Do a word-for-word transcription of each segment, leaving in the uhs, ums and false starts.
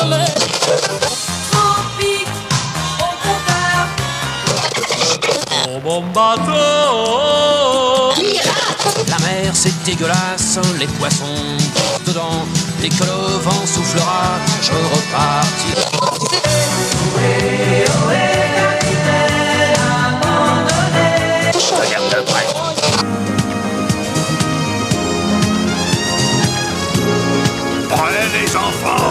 soleil. Tropique au compteur. Oh mon bateau. La mer c'est dégueulasse, les poissons dedans. Dès que le vent soufflera, je repartirai. Ohé, ohé, capitaine abandonné. Regarde de près. Prêts les enfants.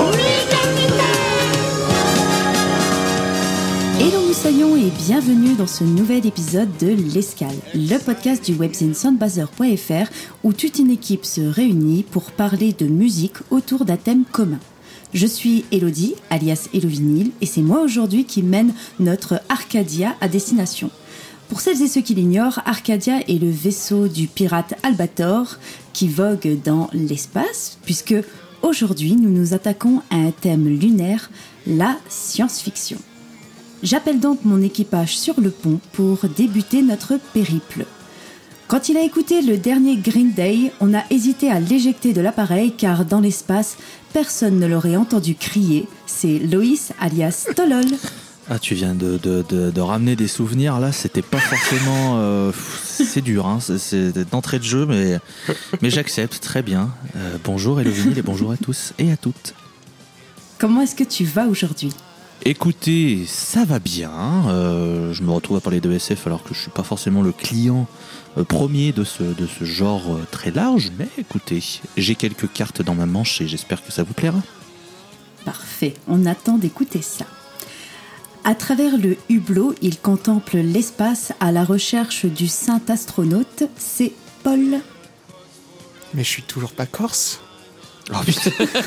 Hello moussaillons et bienvenue dans ce nouvel épisode de L'Escale, le podcast du webzine soundbazer point f r où toute une équipe se réunit pour parler de musique autour d'un thème commun. Je suis Elodie, alias Elovinil, et c'est moi aujourd'hui qui mène notre Arcadia à destination. Pour celles et ceux qui l'ignorent, Arcadia est le vaisseau du pirate Albator qui vogue dans l'espace, puisque aujourd'hui nous nous attaquons à un thème lunaire, la science-fiction. J'appelle donc mon équipage sur le pont pour débuter notre périple. Quand il a écouté le dernier Green Day, on a hésité à l'éjecter de l'appareil car dans l'espace, personne ne l'aurait entendu crier. C'est Loïs alias Tolol. Ah, tu viens de, de, de, de ramener des souvenirs là, c'était pas forcément. Euh, c'est dur, hein, c'est, c'est d'entrée de jeu, mais, mais j'accepte, très bien. Euh, bonjour Elovinil et bonjour à tous et à toutes. Comment est-ce que tu vas aujourd'hui ? Écoutez, ça va bien. Euh, je me retrouve à parler de S F alors que je suis pas forcément le client euh, premier de ce, de ce genre euh, très large, mais écoutez, j'ai quelques cartes dans ma manche et j'espère que ça vous plaira. Parfait, on attend d'écouter ça. À travers le hublot, il contemple l'espace à la recherche du saint astronaute, c'est Paul. Mais je suis toujours pas corse. Oh putain.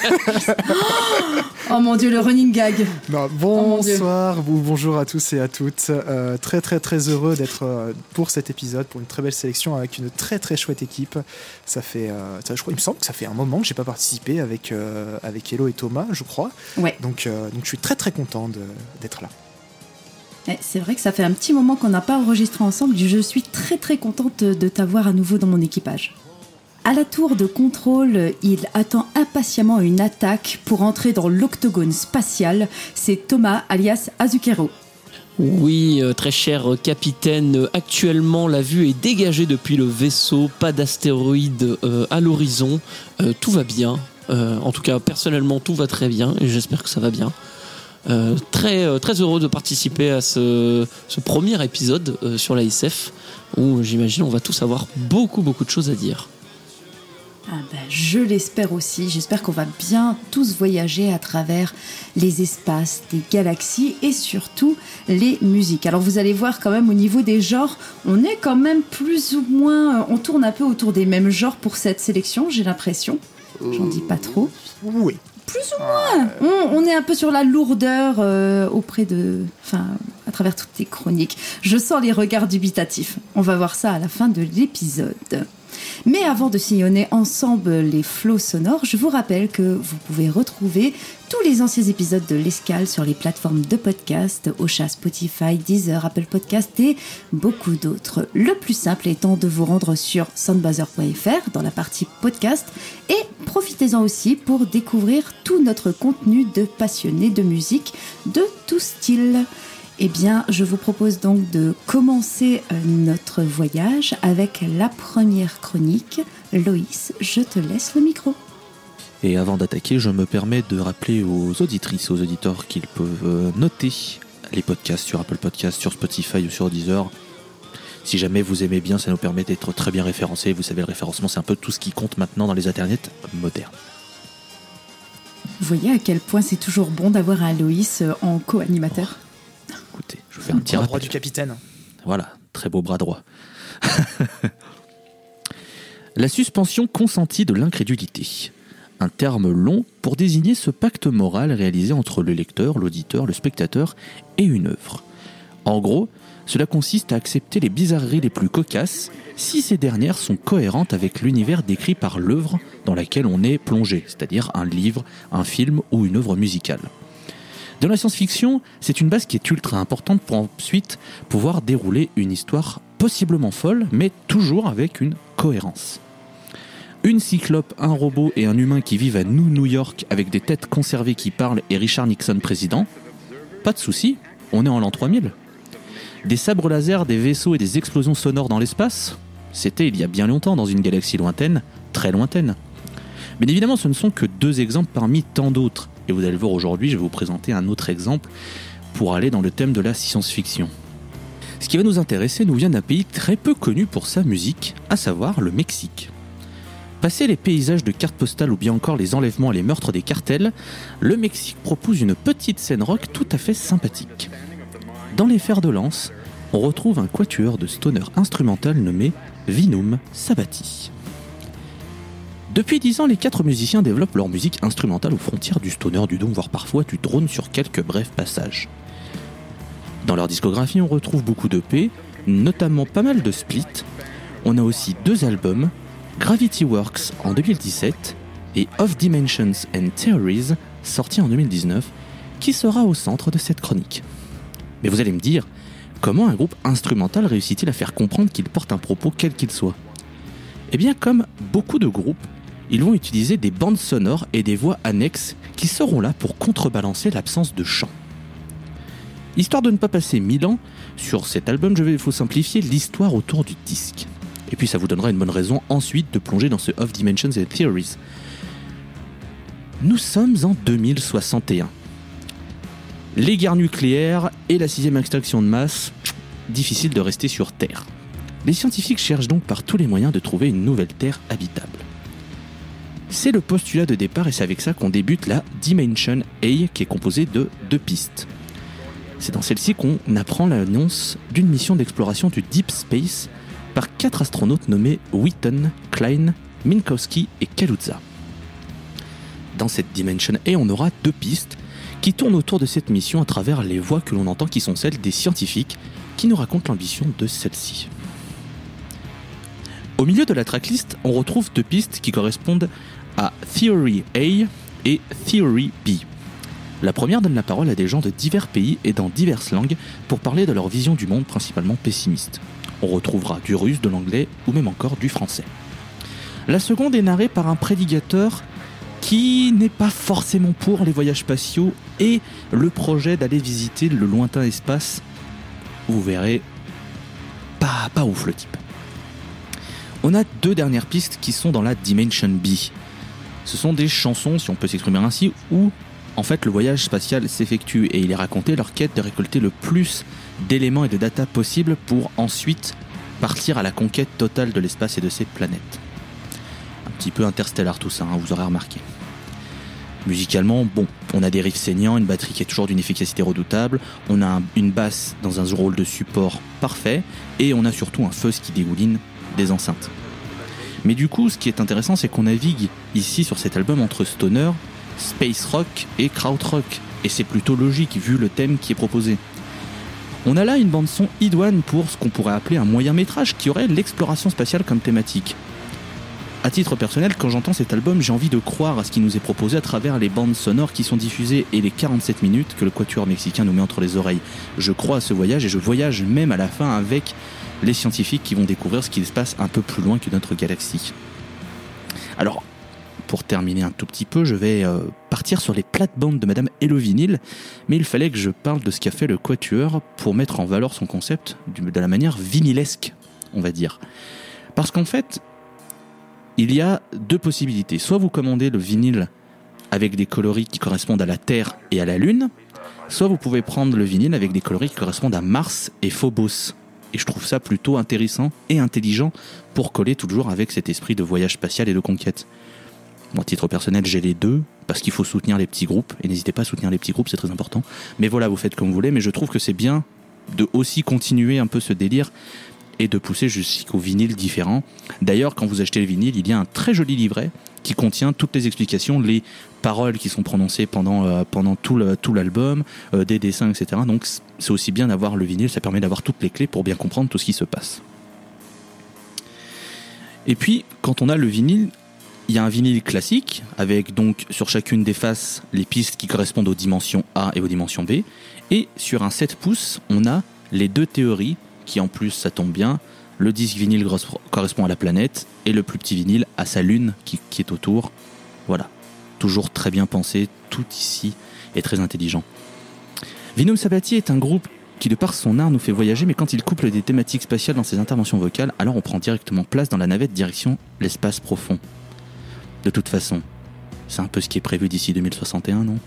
Oh mon dieu, le running gag. Non, bonsoir ou bonjour à tous et à toutes. Euh, très très très heureux d'être euh, pour cet épisode, pour une très belle sélection avec une très très chouette équipe. Ça fait, euh, ça, je crois, il me semble que ça fait un moment que j'ai pas participé avec euh, avec Hello et Thomas, je crois. Ouais. Donc euh, donc je suis très très content de, d'être là. C'est vrai que ça fait un petit moment qu'on n'a pas enregistré ensemble. Je suis très très contente de t'avoir à nouveau dans mon équipage. À la tour de contrôle, il attend impatiemment une attaque pour entrer dans l'octogone spatial. C'est Thomas alias Azukero. Oui, euh, très cher capitaine, actuellement la vue est dégagée depuis le vaisseau, pas d'astéroïdes euh, à l'horizon, euh, tout va bien. Euh, en tout cas, personnellement, tout va très bien et j'espère que ça va bien. Euh, très, euh, très heureux de participer à ce, ce premier épisode euh, sur la S F où j'imagine on va tous avoir beaucoup beaucoup de choses à dire. Ah ben, je l'espère aussi, j'espère qu'on va bien tous voyager à travers les espaces, des galaxies et surtout les musiques. Alors vous allez voir quand même au niveau des genres, on est quand même plus ou moins, on tourne un peu autour des mêmes genres pour cette sélection, j'ai l'impression. J'en dis pas trop. Oui. Plus ou moins. On, on est un peu sur la lourdeur euh, auprès de, enfin, à travers toutes tes chroniques. Je sens les regards dubitatifs. On va voir ça à la fin de l'épisode. Mais avant de sillonner ensemble les flots sonores, je vous rappelle que vous pouvez retrouver tous les anciens épisodes de l'Escale sur les plateformes de podcast, Ocha, Spotify, Deezer, Apple Podcast et beaucoup d'autres. Le plus simple étant de vous rendre sur soundbazer point f r dans la partie podcast et profitez-en aussi pour découvrir tout notre contenu de passionnés de musique de tout style. Eh bien, je vous propose donc de commencer notre voyage avec la première chronique. Loïs, je te laisse le micro. Et avant d'attaquer, je me permets de rappeler aux auditrices, aux auditeurs qu'ils peuvent noter les podcasts sur Apple Podcasts, sur Spotify ou sur Deezer. Si jamais vous aimez bien, ça nous permet d'être très bien référencés. Vous savez, le référencement, c'est un peu tout ce qui compte maintenant dans les internets modernes. Vous voyez à quel point c'est toujours bon d'avoir un Loïs en co-animateur ? Oh, écoutez, je fais un petit Bras rappel. du capitaine. Voilà, très beau bras droit. La suspension consentie de l'incrédulité. Un terme long pour désigner ce pacte moral réalisé entre le lecteur, l'auditeur, le spectateur et une œuvre. En gros, cela consiste à accepter les bizarreries les plus cocasses si ces dernières sont cohérentes avec l'univers décrit par l'œuvre dans laquelle on est plongé, c'est-à-dire un livre, un film ou une œuvre musicale. Dans la science-fiction, c'est une base qui est ultra importante pour ensuite pouvoir dérouler une histoire possiblement folle, mais toujours avec une cohérence. Une cyclope, un robot et un humain qui vivent à New New York avec des têtes conservées qui parlent et Richard Nixon président. Pas de souci, on est en l'an trois mille. Des sabres laser, des vaisseaux et des explosions sonores dans l'espace. C'était il y a bien longtemps dans une galaxie lointaine, très lointaine. Bien évidemment, ce ne sont que deux exemples parmi tant d'autres. Et vous allez le voir aujourd'hui, je vais vous présenter un autre exemple pour aller dans le thème de la science-fiction. Ce qui va nous intéresser nous vient d'un pays très peu connu pour sa musique, à savoir le Mexique. Passé les paysages de cartes postales ou bien encore les enlèvements et les meurtres des cartels, le Mexique propose une petite scène rock tout à fait sympathique. Dans les fers de lance, on retrouve un quatuor de stoner instrumental nommé Vinum Sabati. Depuis dix ans, les quatre musiciens développent leur musique instrumentale aux frontières du stoner, du doom, voire parfois du drone sur quelques brefs passages. Dans leur discographie, on retrouve beaucoup d'E P, notamment pas mal de splits. On a aussi deux albums, Gravity Works en deux mille dix-sept et Of Dimensions and Theories, sorti en deux mille dix-neuf, qui sera au centre de cette chronique. Mais vous allez me dire, comment un groupe instrumental réussit-il à faire comprendre qu'il porte un propos quel qu'il soit ? Eh bien, comme beaucoup de groupes, ils vont utiliser des bandes sonores et des voix annexes qui seront là pour contrebalancer l'absence de chant. Histoire de ne pas passer mille ans, sur cet album, je vais vous simplifier l'histoire autour du disque. Et puis ça vous donnera une bonne raison ensuite de plonger dans ce Of Dimensions and Theories. Nous sommes en deux mille soixante et un. Les guerres nucléaires et la sixième extinction de masse, difficile de rester sur Terre. Les scientifiques cherchent donc par tous les moyens de trouver une nouvelle Terre habitable. C'est le postulat de départ et c'est avec ça qu'on débute la Dimension A qui est composée de deux pistes. C'est dans celle-ci qu'on apprend l'annonce d'une mission d'exploration du Deep Space par quatre astronautes nommés Wheaton, Klein, Minkowski et Kaluza. Dans cette Dimension A, on aura deux pistes qui tournent autour de cette mission à travers les voix que l'on entend qui sont celles des scientifiques qui nous racontent l'ambition de celle-ci. Au milieu de la tracklist, on retrouve deux pistes qui correspondent à Theory A et Theory B. La première donne la parole à des gens de divers pays et dans diverses langues pour parler de leur vision du monde principalement pessimiste. On retrouvera du russe, de l'anglais ou même encore du français. La seconde est narrée par un prédicateur qui n'est pas forcément pour les voyages spatiaux et le projet d'aller visiter le lointain espace. Vous verrez, pas, pas ouf le type. On a deux dernières pistes qui sont dans la Dimension B. Ce sont des chansons, si on peut s'exprimer ainsi, où en fait le voyage spatial s'effectue et il est raconté leur quête de récolter le plus d'éléments et de data possibles pour ensuite partir à la conquête totale de l'espace et de ses planètes. Un petit peu interstellar tout ça, hein, vous aurez remarqué. Musicalement, bon, on a des riffs saignants, une batterie qui est toujours d'une efficacité redoutable, on a un, une basse dans un rôle de support parfait, et on a surtout un fuzz qui dégouline des enceintes. Mais du coup, ce qui est intéressant, c'est qu'on navigue ici sur cet album entre stoner, space rock et krautrock, et c'est plutôt logique vu le thème qui est proposé. On a là une bande son idoine pour ce qu'on pourrait appeler un moyen métrage qui aurait l'exploration spatiale comme thématique. À titre personnel, quand j'entends cet album, j'ai envie de croire à ce qui nous est proposé à travers les bandes sonores qui sont diffusées et les quarante-sept minutes que le quatuor mexicain nous met entre les oreilles. Je crois à ce voyage et je voyage même à la fin avec les scientifiques qui vont découvrir ce qui se passe un peu plus loin que notre galaxie. Alors, pour terminer un tout petit peu, je vais euh, partir sur les plates-bandes de Madame Hello Vinyl, mais il fallait que je parle de ce qu'a fait le quatuor pour mettre en valeur son concept de la manière vinylesque, on va dire. Parce qu'en fait, il y a deux possibilités. Soit vous commandez le vinyle avec des coloris qui correspondent à la Terre et à la Lune, soit vous pouvez prendre le vinyle avec des coloris qui correspondent à Mars et Phobos. Et je trouve ça plutôt intéressant et intelligent pour coller toujours avec cet esprit de voyage spatial et de conquête. Moi, à titre personnel, j'ai les deux, parce qu'il faut soutenir les petits groupes, et n'hésitez pas à soutenir les petits groupes, c'est très important. Mais voilà, vous faites comme vous voulez, mais je trouve que c'est bien de aussi continuer un peu ce délire et de pousser jusqu'aux vinyles différents. D'ailleurs, quand vous achetez le vinyle, il y a un très joli livret qui contient toutes les explications, les paroles qui sont prononcées pendant, euh, pendant tout, le, tout l'album, euh, des dessins, et cetera. Donc c'est aussi bien d'avoir le vinyle, ça permet d'avoir toutes les clés pour bien comprendre tout ce qui se passe. Et puis, quand on a le vinyle, il y a un vinyle classique, avec donc sur chacune des faces les pistes qui correspondent aux dimensions A et aux dimensions B. Et sur un sept pouces, on a les deux théories, qui en plus, ça tombe bien, Le disque vinyle gros- correspond à la planète et le plus petit vinyle à sa lune qui, qui est autour. Voilà. Toujours très bien pensé, tout ici est très intelligent. Vinum Sabati est un groupe qui, de par son art, nous fait voyager, mais quand il couple des thématiques spatiales dans ses interventions vocales, alors on prend directement place dans la navette direction l'espace profond. De toute façon, c'est un peu ce qui est prévu d'ici deux mille soixante et un, non ?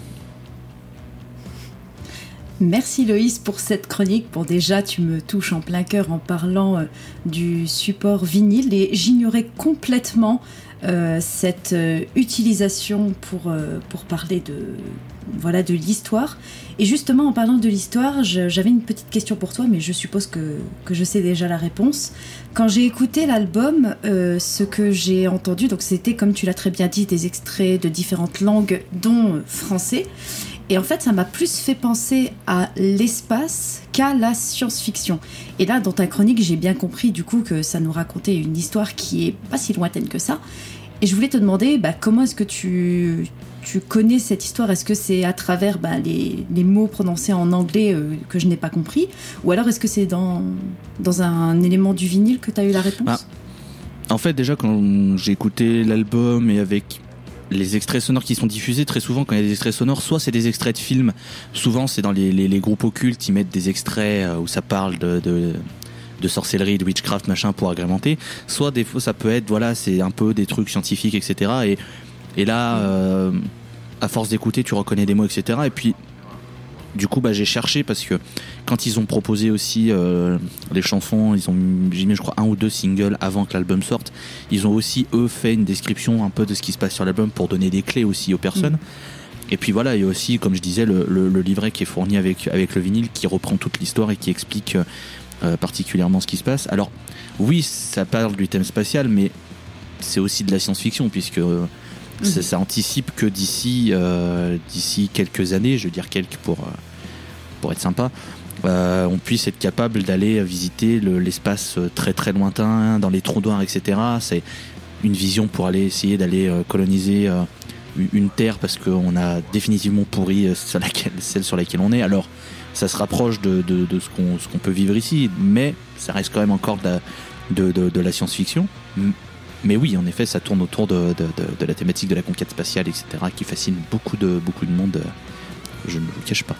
Merci Loïs pour cette chronique. Bon, déjà, tu me touches en plein cœur en parlant euh, du support vinyle et j'ignorais complètement euh, cette euh, utilisation pour, euh, pour parler de, voilà, de l'histoire. Et justement, en parlant de l'histoire, je, j'avais une petite question pour toi, mais je suppose que, que je sais déjà la réponse. Quand j'ai écouté l'album, euh, ce que j'ai entendu, donc c'était, comme tu l'as très bien dit, des extraits de différentes langues, dont euh, français. Et en fait, ça m'a plus fait penser à l'espace qu'à la science-fiction. Et là, dans ta chronique, j'ai bien compris du coup que ça nous racontait une histoire qui est pas si lointaine que ça. Et je voulais te demander, bah, comment est-ce que tu, tu connais cette histoire ? Est-ce que c'est à travers bah, les, les mots prononcés en anglais euh, que je n'ai pas compris ? Ou alors est-ce que c'est dans, dans un élément du vinyle que tu as eu la réponse ? Ah. En fait, déjà, quand j'ai écouté l'album et avec les extraits sonores qui sont diffusés, très souvent quand il y a des extraits sonores, soit c'est des extraits de films, souvent c'est dans les, les, les groupes occultes, ils mettent des extraits où ça parle de, de, de sorcellerie, de witchcraft, machin, pour agrémenter, soit des fois ça peut être, voilà, c'est un peu des trucs scientifiques, et cetera. Et, et là, euh, à force d'écouter, tu reconnais des mots, et cetera. Et puis, du coup, bah, j'ai cherché parce que quand ils ont proposé aussi euh, les chansons, ils ont j'ai mis je crois un ou deux singles avant que l'album sorte. Ils ont aussi eux fait une description un peu de ce qui se passe sur l'album pour donner des clés aussi aux personnes. Mmh. Et puis voilà, il y a aussi, comme je disais, le, le, le livret qui est fourni avec avec le vinyle qui reprend toute l'histoire et qui explique euh, particulièrement ce qui se passe. Alors oui, ça parle du thème spatial, mais c'est aussi de la science-fiction puisque euh, mmh. ça, ça anticipe que d'ici euh, d'ici quelques années, je veux dire quelques pour euh, pour être sympa. Euh, on puisse être capable d'aller visiter le, l'espace très très lointain, dans les trous noirs, et cetera. C'est une vision pour aller essayer d'aller coloniser euh, une terre parce qu'on a définitivement pourri sur laquelle, celle sur laquelle on est. Alors ça se rapproche de, de, de ce, qu'on, ce qu'on peut vivre ici, mais ça reste quand même encore de la, de, de, de la science-fiction. Mais oui, en effet, ça tourne autour de, de, de, de la thématique de la conquête spatiale, et cetera, qui fascine beaucoup de, beaucoup de monde, je ne vous cache pas.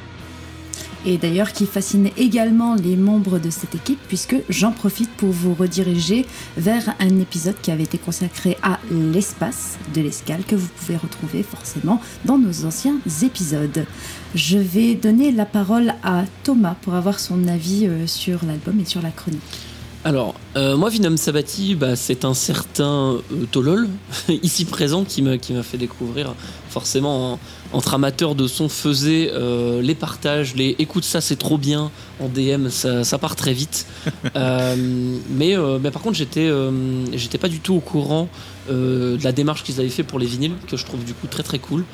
Et d'ailleurs qui fascine également les membres de cette équipe, puisque j'en profite pour vous rediriger vers un épisode qui avait été consacré à l'espace de l'escale, que vous pouvez retrouver forcément dans nos anciens épisodes. Je vais donner la parole à Thomas pour avoir son avis sur l'album et sur la chronique. Alors, euh, moi, Vinum Sabati, bah, c'est un certain euh, Tolol, ici présent, qui m'a, qui m'a fait découvrir, forcément, en, entre amateurs de son, faisait euh, les partages, les écoute ça, c'est trop bien, en D M, ça, ça part très vite. euh, mais, euh, mais par contre, j'étais, euh, j'étais pas du tout au courant euh, de la démarche qu'ils avaient fait pour les vinyles, que je trouve du coup très très cool.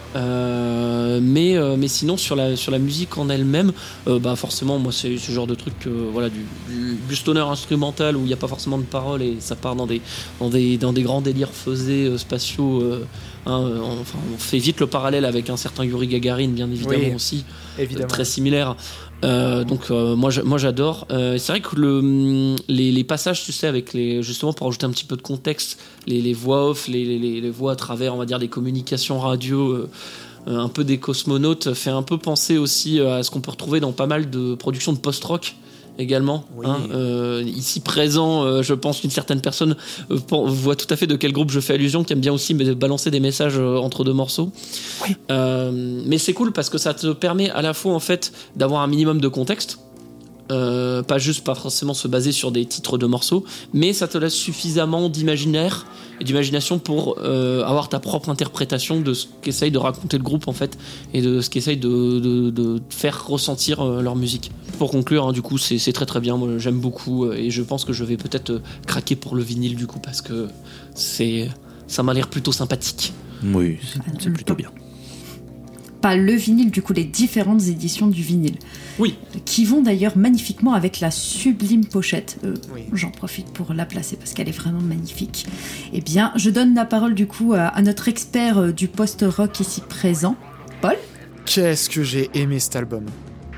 Euh, mais euh, mais sinon sur la sur la musique en elle-même, euh, bah forcément moi c'est ce genre de truc euh, voilà du, du, du stoner instrumental où il n'y a pas forcément de paroles et ça part dans des dans des dans des grands délires faisés euh, spatiaux. Euh, hein, on, enfin on fait vite le parallèle avec un certain Yuri Gagarin bien évidemment oui, aussi évidemment. Euh, très similaire. Euh, donc euh, moi, moi j'adore. Euh, c'est vrai que le, les, les passages, tu sais, avec les justement pour ajouter un petit peu de contexte, les, les voix off, les, les, les voix à travers, on va dire, des communications radio, euh, un peu des cosmonautes, fait un peu penser aussi à ce qu'on peut retrouver dans pas mal de productions de post-rock. Également, oui. hein, euh, ici présent, euh, je pense qu'une certaine personne euh, voit tout à fait de quel groupe je fais allusion, qui aime bien aussi balancer des messages euh, entre deux morceaux. Oui. Euh, mais c'est cool parce que ça te permet à la fois en fait d'avoir un minimum de contexte, euh, pas juste pas forcément se baser sur des titres de morceaux, mais ça te laisse suffisamment d'imaginaire et d'imagination pour euh, avoir ta propre interprétation de ce qu'essaye de raconter le groupe en fait et de ce qu'essaye de, de, de faire ressentir euh, leur musique. Pour conclure, hein, du coup, c'est, c'est très très bien. Moi, j'aime beaucoup euh, et je pense que je vais peut-être euh, craquer pour le vinyle du coup parce que c'est, ça m'a l'air plutôt sympathique. Oui, c'est, c'est plutôt bien. Pas le vinyle, du coup, les différentes éditions du vinyle. Oui. Qui vont d'ailleurs magnifiquement avec la sublime pochette. Euh, oui. J'en profite pour la placer parce qu'elle est vraiment magnifique. Eh bien, je donne la parole du coup à, à notre expert du post-rock ici présent, Paul. Qu'est-ce que j'ai aimé cet album.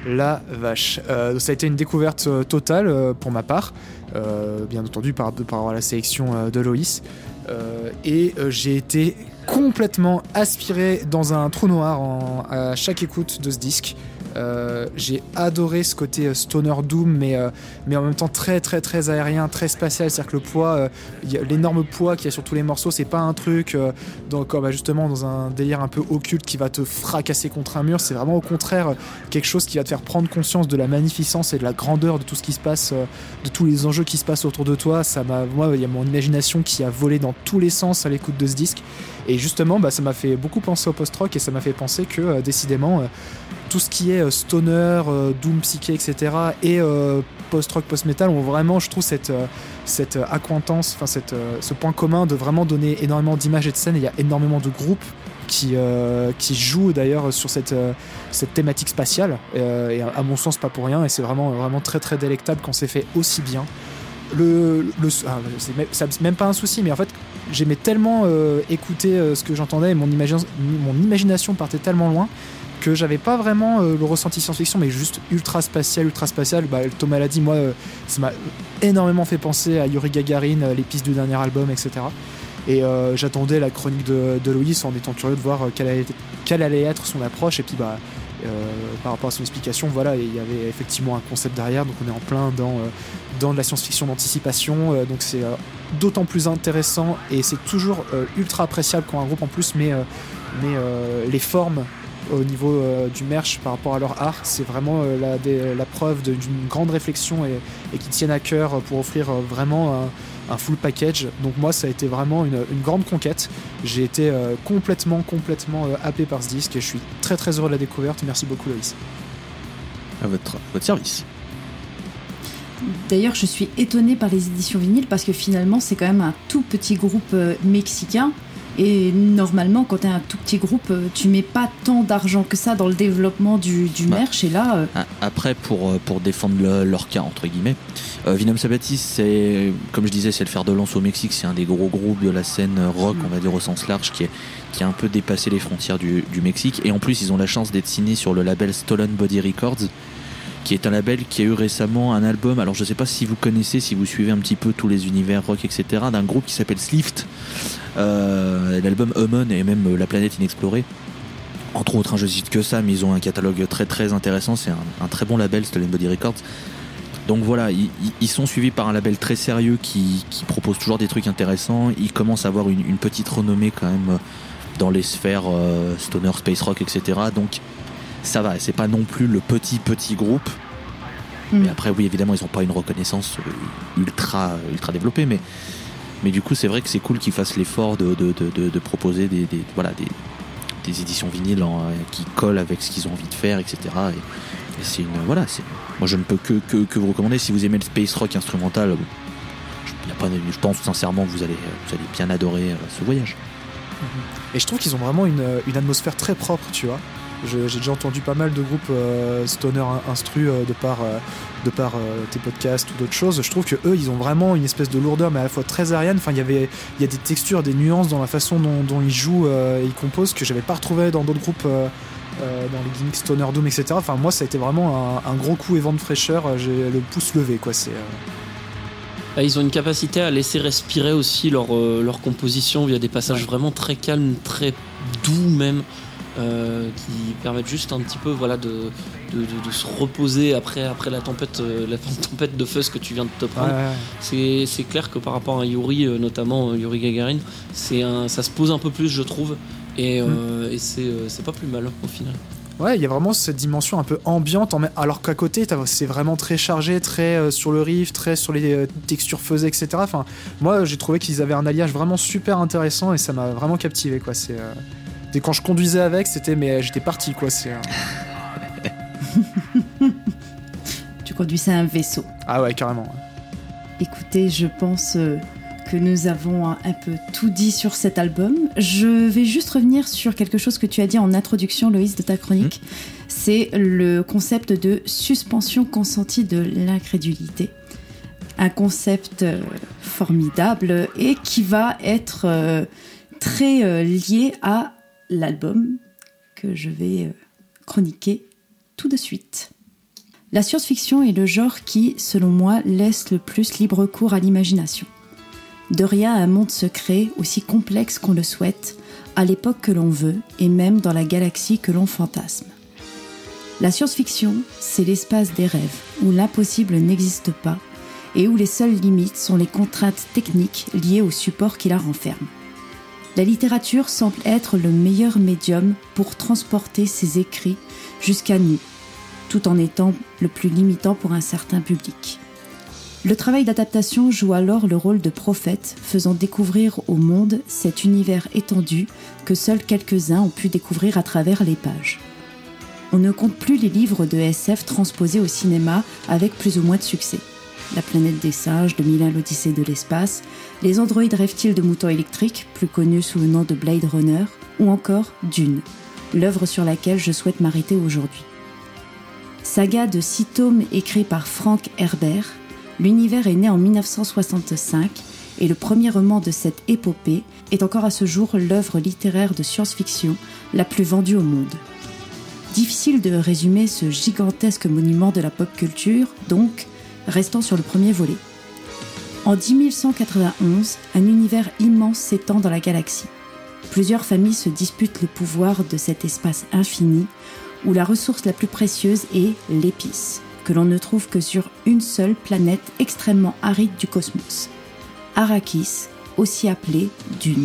la vache. Euh, ça a été une découverte euh, totale euh, pour ma part, euh, bien entendu par, par rapport à la sélection euh, de Loïs. Euh, et euh, j'ai été complètement aspiré dans un trou noir en, à chaque écoute de ce disque. Euh, j'ai adoré ce côté euh, stoner doom, mais, euh, mais en même temps très très très aérien, très spatial. C'est-à-dire que le poids, euh, y a l'énorme poids qu'il y a sur tous les morceaux, c'est pas un truc euh, dans, comme, bah, justement dans un délire un peu occulte qui va te fracasser contre un mur. C'est vraiment au contraire euh, quelque chose qui va te faire prendre conscience de la magnificence et de la grandeur de tout ce qui se passe, euh, de tous les enjeux qui se passent autour de toi. Ça m'a, moi, il y a mon imagination qui a volé dans tous les sens à l'écoute de ce disque. Et justement, bah, ça m'a fait beaucoup penser au post-rock et ça m'a fait penser que euh, décidément, euh, tout ce qui est euh, stoner, euh, doom psyché, et cetera et euh, post-rock, post-metal ont vraiment, je trouve, cette, euh, cette accointance, enfin cette, euh, ce point commun de vraiment donner énormément d'images et de scènes. Et il y a énormément de groupes qui, euh, qui jouent d'ailleurs sur cette, euh, cette thématique spatiale. Euh, et à mon sens, pas pour rien. Et c'est vraiment, vraiment très très délectable quand c'est fait aussi bien. Le, le, ah, c'est, même, c'est même pas un souci, mais en fait, j'aimais tellement euh, écouter euh, ce que j'entendais et mon, imagi- mon imagination partait tellement loin que j'avais pas vraiment euh, le ressenti science-fiction, mais juste ultra spatial, ultra spatial. Bah, Thomas l'a dit, moi, euh, ça m'a énormément fait penser à Yuri Gagarin, euh, les pistes du dernier album, et cetera. Et euh, j'attendais la chronique de, de Loïs en étant curieux de voir euh, quelle, allait, quelle allait être son approche. Et puis, bah, euh, par rapport à son explication, voilà, il y avait effectivement un concept derrière. Donc, on est en plein dans, euh, dans de la science-fiction d'anticipation. Euh, donc, c'est euh, d'autant plus intéressant et c'est toujours euh, ultra appréciable quand un groupe en plus met, euh, met euh, les formes au niveau euh, du merch par rapport à leur art. C'est vraiment euh, la, des, la preuve de, d'une grande réflexion et, et qui tiennent à cœur pour offrir euh, vraiment un, un full package. Donc moi, ça a été vraiment une, une grande conquête. J'ai été euh, complètement, complètement euh, happé par ce disque et je suis très très heureux de la découverte. Merci beaucoup, Loïs. À votre, votre service. D'ailleurs, je suis étonnée par les éditions vinyles parce que finalement, c'est quand même un tout petit groupe euh, mexicain. Et normalement, quand tu es un tout petit groupe, euh, tu mets pas tant d'argent que ça dans le développement du, du bah, merch. Et là, euh... après, pour, pour défendre le, leur cas, entre guillemets, euh, Vinum Sabbatis, c'est, comme je disais, c'est le fer de lance au Mexique. C'est un des gros groupes de la scène rock, on va dire au sens large, qui, est, qui a un peu dépassé les frontières du, du Mexique. Et en plus, ils ont la chance d'être signés sur le label Stolen Body Records, qui est un label qui a eu récemment un album, alors je sais pas si vous connaissez, si vous suivez un petit peu tous les univers rock, et cetera, d'un groupe qui s'appelle Slift, euh, l'album Human et même La Planète Inexplorée. Entre autres, hein, je cite que ça, mais ils ont un catalogue très très intéressant, c'est un, un très bon label, Stolen Body Records. Donc voilà, ils, ils sont suivis par un label très sérieux qui, qui propose toujours des trucs intéressants. Ils commencent à avoir une, une petite renommée quand même dans les sphères euh, stoner, space rock, et cetera. Donc ça va, c'est pas non plus le petit petit groupe. Mmh. Mais après, oui, évidemment, ils ont pas une reconnaissance ultra ultra développée, mais mais du coup, c'est vrai que c'est cool qu'ils fassent l'effort de de, de, de, de proposer des, des voilà des, des éditions vinyles en, qui collent avec ce qu'ils ont envie de faire, et cetera. Et, et c'est une voilà, c'est moi je ne peux que, que que vous recommander si vous aimez le space rock instrumental. Je, y a pas, je pense sincèrement que vous allez vous allez bien adorer ce voyage. Et je trouve qu'ils ont vraiment une une atmosphère très propre, tu vois. Je, j'ai déjà entendu pas mal de groupes euh, stoner instru euh, de par, euh, de par euh, tes podcasts ou d'autres choses. Je trouve que eux, ils ont vraiment une espèce de lourdeur, mais à la fois très aérienne. Enfin, il y avait, il y a des textures, des nuances dans la façon dont, dont ils jouent euh, et ils composent que j'avais pas retrouvé dans d'autres groupes, euh, euh, dans les gimmicks stoner doom, et cetera. Enfin, moi, ça a été vraiment un, un gros coup et vent de fraîcheur. J'ai le pouce levé, quoi. C'est. Euh... Ils ont une capacité à laisser respirer aussi leur, euh, leur composition via des passages ouais. vraiment très calmes, très doux même. Euh, qui permettent juste un petit peu voilà, de, de, de, de se reposer après, après la, tempête, euh, la tempête de fuzz que tu viens de te prendre. Ouais, ouais. C'est, c'est clair que par rapport à Yuri, euh, notamment euh, Yuri Gagarin, c'est un, ça se pose un peu plus, je trouve, et, euh, mmh. et c'est, euh, c'est pas plus mal au final. Ouais, il y a vraiment cette dimension un peu ambiante, alors qu'à côté, c'est vraiment très chargé, très euh, sur le riff, très sur les euh, textures fuzzy, et cetera. Enfin, moi, j'ai trouvé qu'ils avaient un alliage vraiment super intéressant et ça m'a vraiment captivé, quoi. C'est... Euh... Et quand je conduisais avec, c'était mais j'étais parti quoi. C'est. Tu conduisais un vaisseau. Ah ouais, carrément. Écoutez, je pense que nous avons un peu tout dit sur cet album. Je vais juste revenir sur quelque chose que tu as dit en introduction, Loïs, de ta chronique. Mmh. C'est le concept de suspension consentie de l'incrédulité. Un concept formidable et qui va être très lié à l'album que je vais chroniquer tout de suite. La science-fiction est le genre qui, selon moi, laisse le plus libre cours à l'imagination. De rien à un monde secret, aussi complexe qu'on le souhaite, à l'époque que l'on veut, et même dans la galaxie que l'on fantasme. La science-fiction, c'est l'espace des rêves, où l'impossible n'existe pas, et où les seules limites sont les contraintes techniques liées au support qui la renferme. La littérature semble être le meilleur médium pour transporter ses écrits jusqu'à nous, tout en étant le plus limitant pour un certain public. Le travail d'adaptation joue alors le rôle de prophète, faisant découvrir au monde cet univers étendu que seuls quelques-uns ont pu découvrir à travers les pages. On ne compte plus les livres de S F transposés au cinéma avec plus ou moins de succès. La planète des singes, de mille et un l'Odyssée de l'espace, les androïdes reptiles de moutons électriques, plus connus sous le nom de Blade Runner, ou encore Dune, l'œuvre sur laquelle je souhaite m'arrêter aujourd'hui. Saga de six tomes écrit par Frank Herbert, l'univers est né en dix-neuf cent soixante-cinq et le premier roman de cette épopée est encore à ce jour l'œuvre littéraire de science-fiction la plus vendue au monde. Difficile de résumer ce gigantesque monument de la pop culture, donc, restant sur le premier volet. En dix mille cent quatre-vingt-onze, un univers immense s'étend dans la galaxie. Plusieurs familles se disputent le pouvoir de cet espace infini, où la ressource la plus précieuse est l'épice, que l'on ne trouve que sur une seule planète extrêmement aride du cosmos, Arrakis, aussi appelée Dune.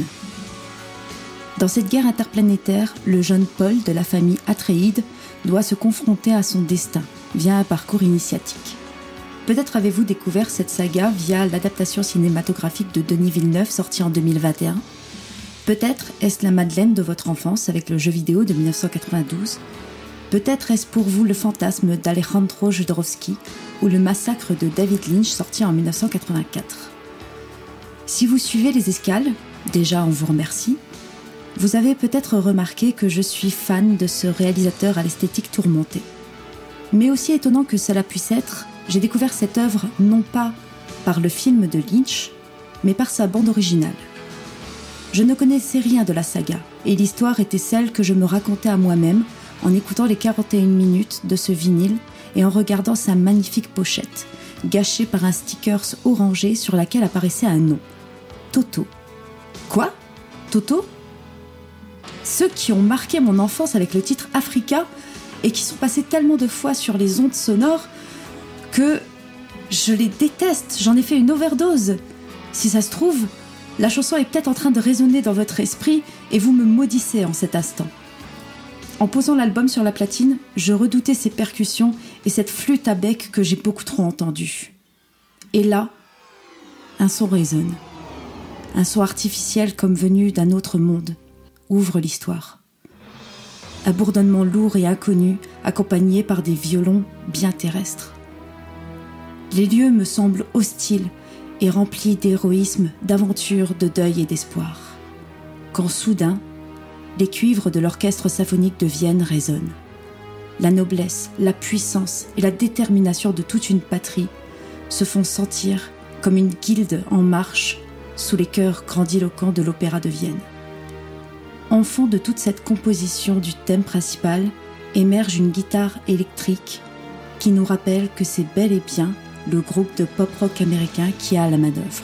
Dans cette guerre interplanétaire, le jeune Paul de la famille Atréide doit se confronter à son destin via un parcours initiatique. Peut-être avez-vous découvert cette saga via l'adaptation cinématographique de Denis Villeneuve sortie en deux mille vingt et un. Peut-être est-ce la Madeleine de votre enfance avec le jeu vidéo de dix-neuf cent quatre-vingt-douze. Peut-être est-ce pour vous le fantasme d'Alejandro Jodorowsky ou le massacre de David Lynch sorti en dix-neuf cent quatre-vingt-quatre. Si vous suivez les escales, déjà on vous remercie, vous avez peut-être remarqué que je suis fan de ce réalisateur à l'esthétique tourmentée. Mais aussi étonnant que cela puisse être, j'ai découvert cette œuvre non pas par le film de Lynch, mais par sa bande originale. Je ne connaissais rien de la saga, et l'histoire était celle que je me racontais à moi-même en écoutant les quarante et une minutes de ce vinyle et en regardant sa magnifique pochette, gâchée par un sticker orangé sur laquelle apparaissait un nom. Toto. Quoi ? Toto ? Ceux qui ont marqué mon enfance avec le titre Africa et qui sont passés tellement de fois sur les ondes sonores que je les déteste, j'en ai fait une overdose. Si ça se trouve, la chanson est peut-être en train de résonner dans votre esprit et vous me maudissez en cet instant. En posant l'album sur la platine, je redoutais ces percussions et cette flûte à bec que j'ai beaucoup trop entendue. Et là, un son résonne. Un son artificiel comme venu d'un autre monde ouvre l'histoire. Un bourdonnement lourd et inconnu accompagné par des violons bien terrestres. Les lieux me semblent hostiles et remplis d'héroïsme, d'aventure, de deuil et d'espoir. Quand soudain, les cuivres de l'orchestre symphonique de Vienne résonnent. La noblesse, la puissance et la détermination de toute une patrie se font sentir comme une guilde en marche sous les chœurs grandiloquents de l'Opéra de Vienne. En fond de toute cette composition du thème principal émerge une guitare électrique qui nous rappelle que c'est bel et bien le groupe de pop-rock américain qui a la manœuvre.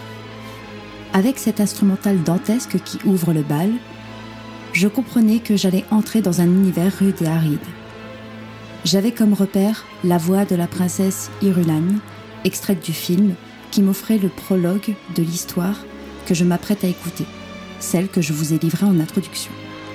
Avec cet instrumental dantesque qui ouvre le bal, je comprenais que j'allais entrer dans un univers rude et aride. J'avais comme repère la voix de la princesse Irulan, extraite du film, qui m'offrait le prologue de l'histoire que je m'apprête à écouter, celle que je vous ai livrée en introduction.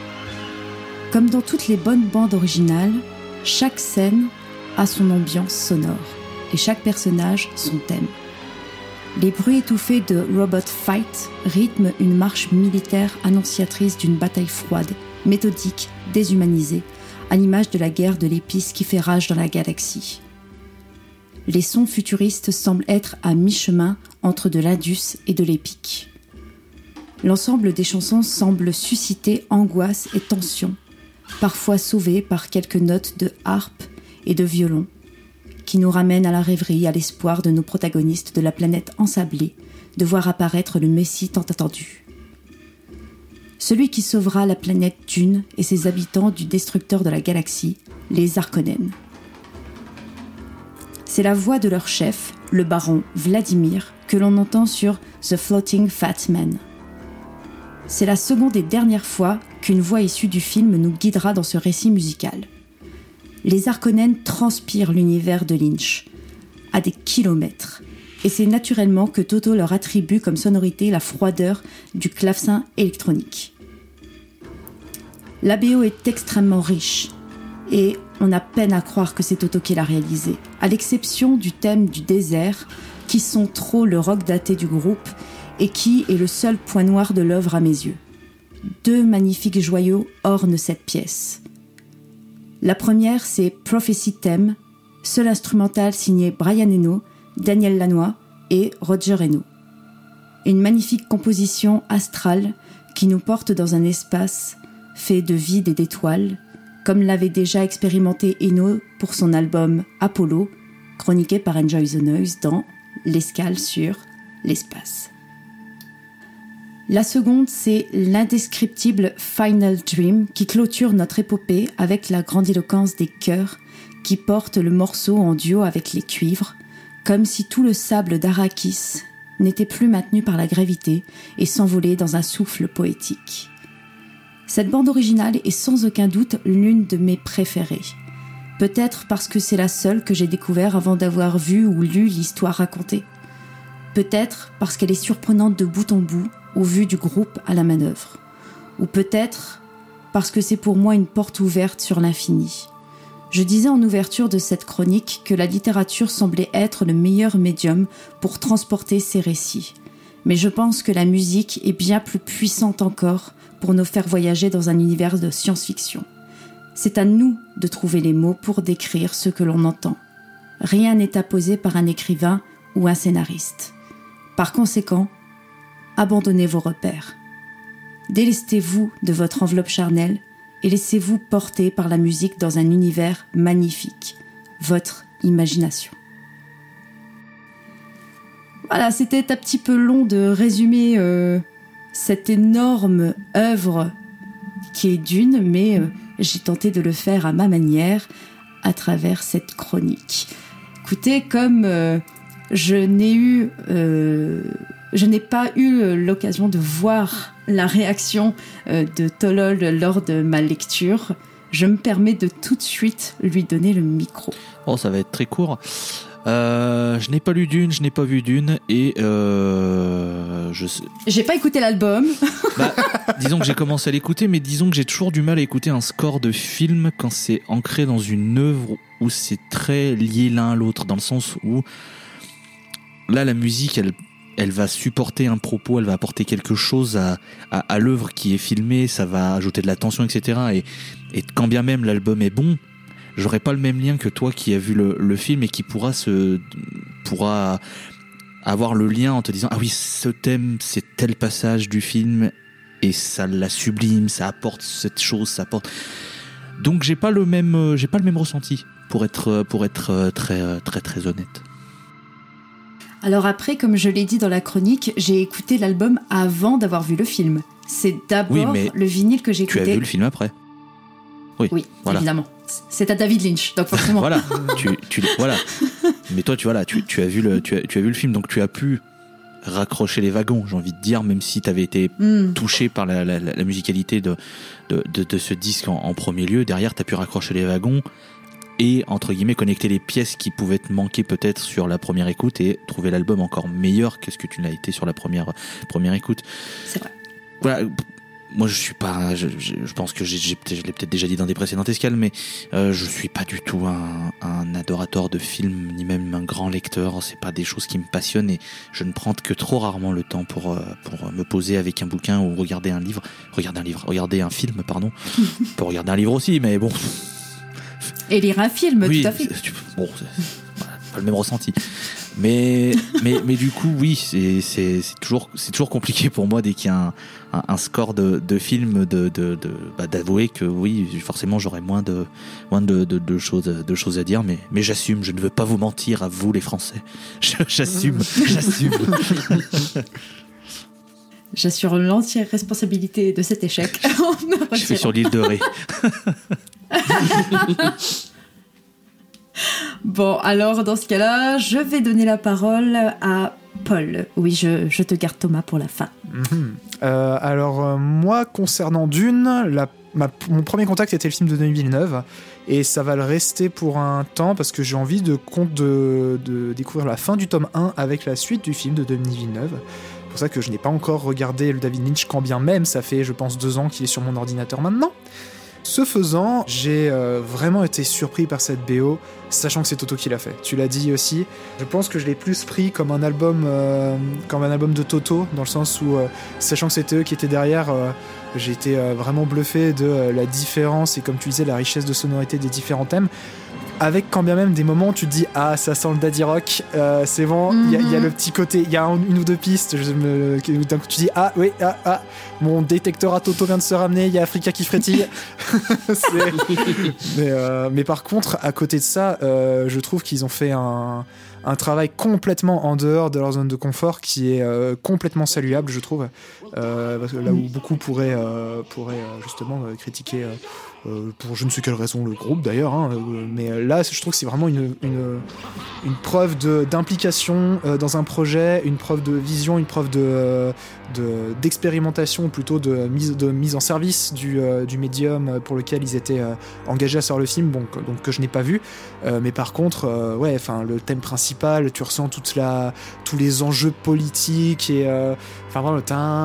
Comme dans toutes les bonnes bandes originales, chaque scène a son ambiance sonore et chaque personnage son thème. Les bruits étouffés de Robot Fight rythment une marche militaire annonciatrice d'une bataille froide, méthodique, déshumanisée, à l'image de la guerre de l'épice qui fait rage dans la galaxie. Les sons futuristes semblent être à mi-chemin entre de l'indus et de l'épique. L'ensemble des chansons semble susciter angoisse et tension, parfois sauvées par quelques notes de harpe et de violon, qui nous ramènent à la rêverie, à l'espoir de nos protagonistes de la planète ensablée de voir apparaître le Messie tant attendu. Celui qui sauvera la planète Dune et ses habitants du destructeur de la galaxie, les Harkonnen. C'est la voix de leur chef, le baron Vladimir, que l'on entend sur The Floating Fat Man. C'est la seconde et dernière fois qu'une voix issue du film nous guidera dans ce récit musical. Les Harkonnen transpirent l'univers de Lynch, à des kilomètres, et c'est naturellement que Toto leur attribue comme sonorité la froideur du clavecin électronique. La B O est extrêmement riche, et on a peine à croire que c'est Toto qui l'a réalisé, à l'exception du thème du désert, qui sont trop le rock daté du groupe, et qui est le seul point noir de l'œuvre à mes yeux. Deux magnifiques joyaux ornent cette pièce. La première, c'est Prophecy Theme, seul instrumental signé Brian Eno, Daniel Lanois et Roger Eno. Une magnifique composition astrale qui nous porte dans un espace fait de vide et d'étoiles, comme l'avait déjà expérimenté Eno pour son album Apollo, chroniqué par Enjoy the Noise dans L'Escale sur l'espace. La seconde, c'est l'indescriptible Final Dream qui clôture notre épopée avec la grandiloquence des chœurs qui portent le morceau en duo avec les cuivres, comme si tout le sable d'Arrakis n'était plus maintenu par la gravité et s'envolait dans un souffle poétique. Cette bande originale est sans aucun doute l'une de mes préférées. Peut-être parce que c'est la seule que j'ai découverte avant d'avoir vu ou lu l'histoire racontée. Peut-être parce qu'elle est surprenante de bout en bout au vu du groupe à la manœuvre. Ou peut-être parce que c'est pour moi une porte ouverte sur l'infini. Je disais en ouverture de cette chronique que la littérature semblait être le meilleur médium pour transporter ces récits. Mais je pense que la musique est bien plus puissante encore pour nous faire voyager dans un univers de science-fiction. C'est à nous de trouver les mots pour décrire ce que l'on entend. Rien n'est apposé par un écrivain ou un scénariste. Par conséquent, abandonnez vos repères. Délestez-vous de votre enveloppe charnelle et laissez-vous porter par la musique dans un univers magnifique, votre imagination. Voilà, c'était un petit peu long de résumer euh, cette énorme œuvre qui est Dune, mais euh, j'ai tenté de le faire à ma manière à travers cette chronique. Écoutez, comme euh, je n'ai eu... Euh, Je n'ai pas eu l'occasion de voir la réaction de Tolol lors de ma lecture. Je me permets de tout de suite lui donner le micro. Oh, ça va être très court. Euh, je n'ai pas lu Dune, je n'ai pas vu Dune et euh, je sais... J'ai pas écouté l'album. Bah, disons que j'ai commencé à l'écouter, mais disons que j'ai toujours du mal à écouter un score de film quand c'est ancré dans une œuvre où c'est très lié l'un à l'autre, dans le sens où là, la musique, elle elle va supporter un propos, elle va apporter quelque chose à, à, à l'œuvre qui est filmée, ça va ajouter de la tension, et cetera. Et, et quand bien même l'album est bon, j'aurais pas le même lien que toi qui as vu le, le film et qui pourra se, pourra avoir le lien en te disant, ah oui, ce thème, c'est tel passage du film et ça la sublime, ça apporte cette chose, ça apporte. Donc j'ai pas le même, j'ai pas le même ressenti pour être, pour être très, très, très honnête. Alors après, comme je l'ai dit dans la chronique, j'ai écouté l'album avant d'avoir vu le film. C'est d'abord oui, le vinyle que j'ai écouté. Tu as vu le film après ? Oui, oui voilà. Évidemment. C'est à David Lynch, donc forcément. Voilà, tu, tu, voilà. Mais toi, tu, voilà, tu, tu, as vu le, tu, as, tu as vu le film, donc tu as pu raccrocher les wagons, j'ai envie de dire, même si tu avais été mm. touché par la, la, la musicalité de, de, de, de ce disque en, en premier lieu. Derrière, tu as pu raccrocher les wagons et, entre guillemets, connecter les pièces qui pouvaient te manquer peut-être sur la première écoute et trouver l'album encore meilleur que ce que tu l'as été sur la première, première écoute. C'est vrai. Voilà. Moi, je suis pas. Je, je, je pense que j'ai, j'ai, je l'ai peut-être déjà dit dans des précédentes escales, mais euh, je suis pas du tout un, un adorateur de films, ni même un grand lecteur. C'est pas des choses qui me passionnent et je ne prends que trop rarement le temps pour pour me poser avec un bouquin ou regarder un livre, regarder un livre, regarder un film, pardon. Pour regarder un livre aussi, mais bon. Et lire un film, oui, tout à fait. Bon, c'est pas le même ressenti. Mais, mais, mais du coup, oui, c'est, c'est, c'est, toujours, c'est toujours compliqué pour moi dès qu'il y a un, un, un score de, de film de, de, de, bah, d'avouer que oui, forcément, j'aurais moins de, moins de, de, de, choses, de choses à dire, mais, mais j'assume, je ne veux pas vous mentir à vous, les Français. Je, j'assume, j'assume. J'assure l'entière responsabilité de cet échec. Je fais sur l'île de Ré. Bon, alors dans ce cas-là, je vais donner la parole à Paul. Oui, je, je te garde Thomas pour la fin. Mm-hmm. Euh, alors, euh, moi, concernant Dune, la, ma, mon premier contact était le film de Denis Villeneuve, et ça va le rester pour un temps, parce que j'ai envie de, de, de découvrir la fin du tome un avec la suite du film de Denis Villeneuve. C'est pour ça que je n'ai pas encore regardé le David Lynch, quand bien même, ça fait, je pense, deux ans qu'il est sur mon ordinateur maintenant. Ce faisant, j'ai euh, vraiment été surpris par cette B O, sachant que c'est Toto qui l'a fait. Tu l'as dit aussi. Je pense que je l'ai plus pris comme un album, euh, comme un album de Toto, dans le sens où, euh, sachant que c'était eux qui étaient derrière, euh, j'ai été euh, vraiment bluffé de euh, la différence et, comme tu disais, la richesse de sonorité des différents thèmes. Avec quand bien même des moments où tu te dis ah, ça sent le daddy rock, euh, c'est bon, il mm-hmm. y, y a le petit côté, il y a un, une ou deux pistes, je me, d'un coup tu dis ah oui, ah, ah, mon détecteur à Toto vient de se ramener, il y a Africa qui frétille. mais, euh, mais par contre, à côté de ça, euh, je trouve qu'ils ont fait un, un travail complètement en dehors de leur zone de confort qui est euh, complètement saluable, je trouve. Euh, parce que là où beaucoup pourraient, euh, pourraient euh, justement euh, critiquer. Euh, Euh, pour je ne sais quelle raison le groupe d'ailleurs, hein, euh, mais là je trouve que c'est vraiment une, une, une preuve de, d'implication euh, dans un projet, une preuve de vision, une preuve de, de, d'expérimentation, plutôt de mise, de mise en service du, euh, du médium pour lequel ils étaient euh, engagés à sortir le film, bon, donc que je n'ai pas vu, euh, mais par contre euh, ouais, enfin le thème principal, tu ressens toute la, tous les enjeux politiques et euh, enfin vraiment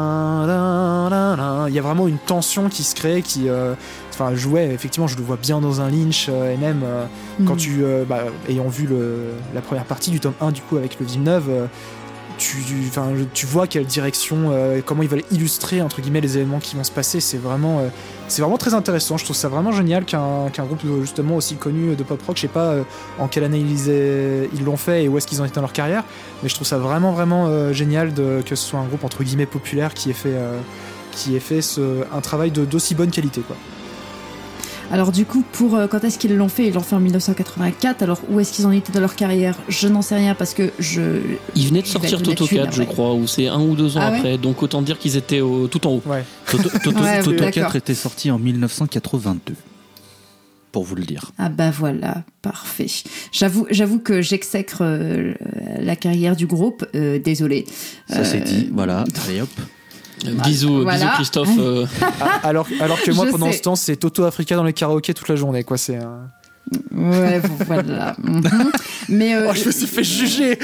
il y a vraiment une tension qui se crée qui euh, enfin je ouais, effectivement je le vois bien dans un Lynch euh, et même euh, mmh. quand tu euh, bah, ayant vu le, la première partie du tome un du coup avec le Villeneuve euh, tu, enfin, tu vois quelle direction euh, comment ils veulent illustrer entre guillemets les événements qui vont se passer, c'est vraiment euh, c'est vraiment très intéressant, je trouve ça vraiment génial qu'un, qu'un groupe justement aussi connu de pop rock, je sais pas euh, en quelle année ils, aient, ils l'ont fait et où est-ce qu'ils ont été dans leur carrière, mais je trouve ça vraiment vraiment euh, génial de, que ce soit un groupe entre guillemets populaire qui ait fait, euh, qui ait fait ce, un travail de, d'aussi bonne qualité quoi. Alors du coup, pour euh, quand est-ce qu'ils l'ont fait ? Ils l'ont fait en dix-neuf cent quatre-vingt-quatre. Alors où est-ce qu'ils en étaient dans leur carrière ? Je n'en sais rien parce que je... Ils venaient de sortir Toto quatre, je crois, ou c'est un ou deux ans ah, après. Ouais, donc autant dire qu'ils étaient au, tout en haut. Ouais. Toto, Toto, ouais, Toto oui, quatre était sorti en dix-neuf cent quatre-vingt-deux. Pour vous le dire. Ah bah voilà, parfait. J'avoue, j'avoue que j'exècre euh, la carrière du groupe. Euh, désolé. Ça euh... c'est dit, voilà. Allez hop. Euh, bisous, voilà. Bisous Christophe. Euh... Ah, alors, alors que moi, Je pendant sais. ce temps, c'est Toto Africa dans les karaokés toute la journée, quoi. C'est. Euh... Ouais, voilà. Mm-hmm. Mais euh, oh, je me suis fait juger.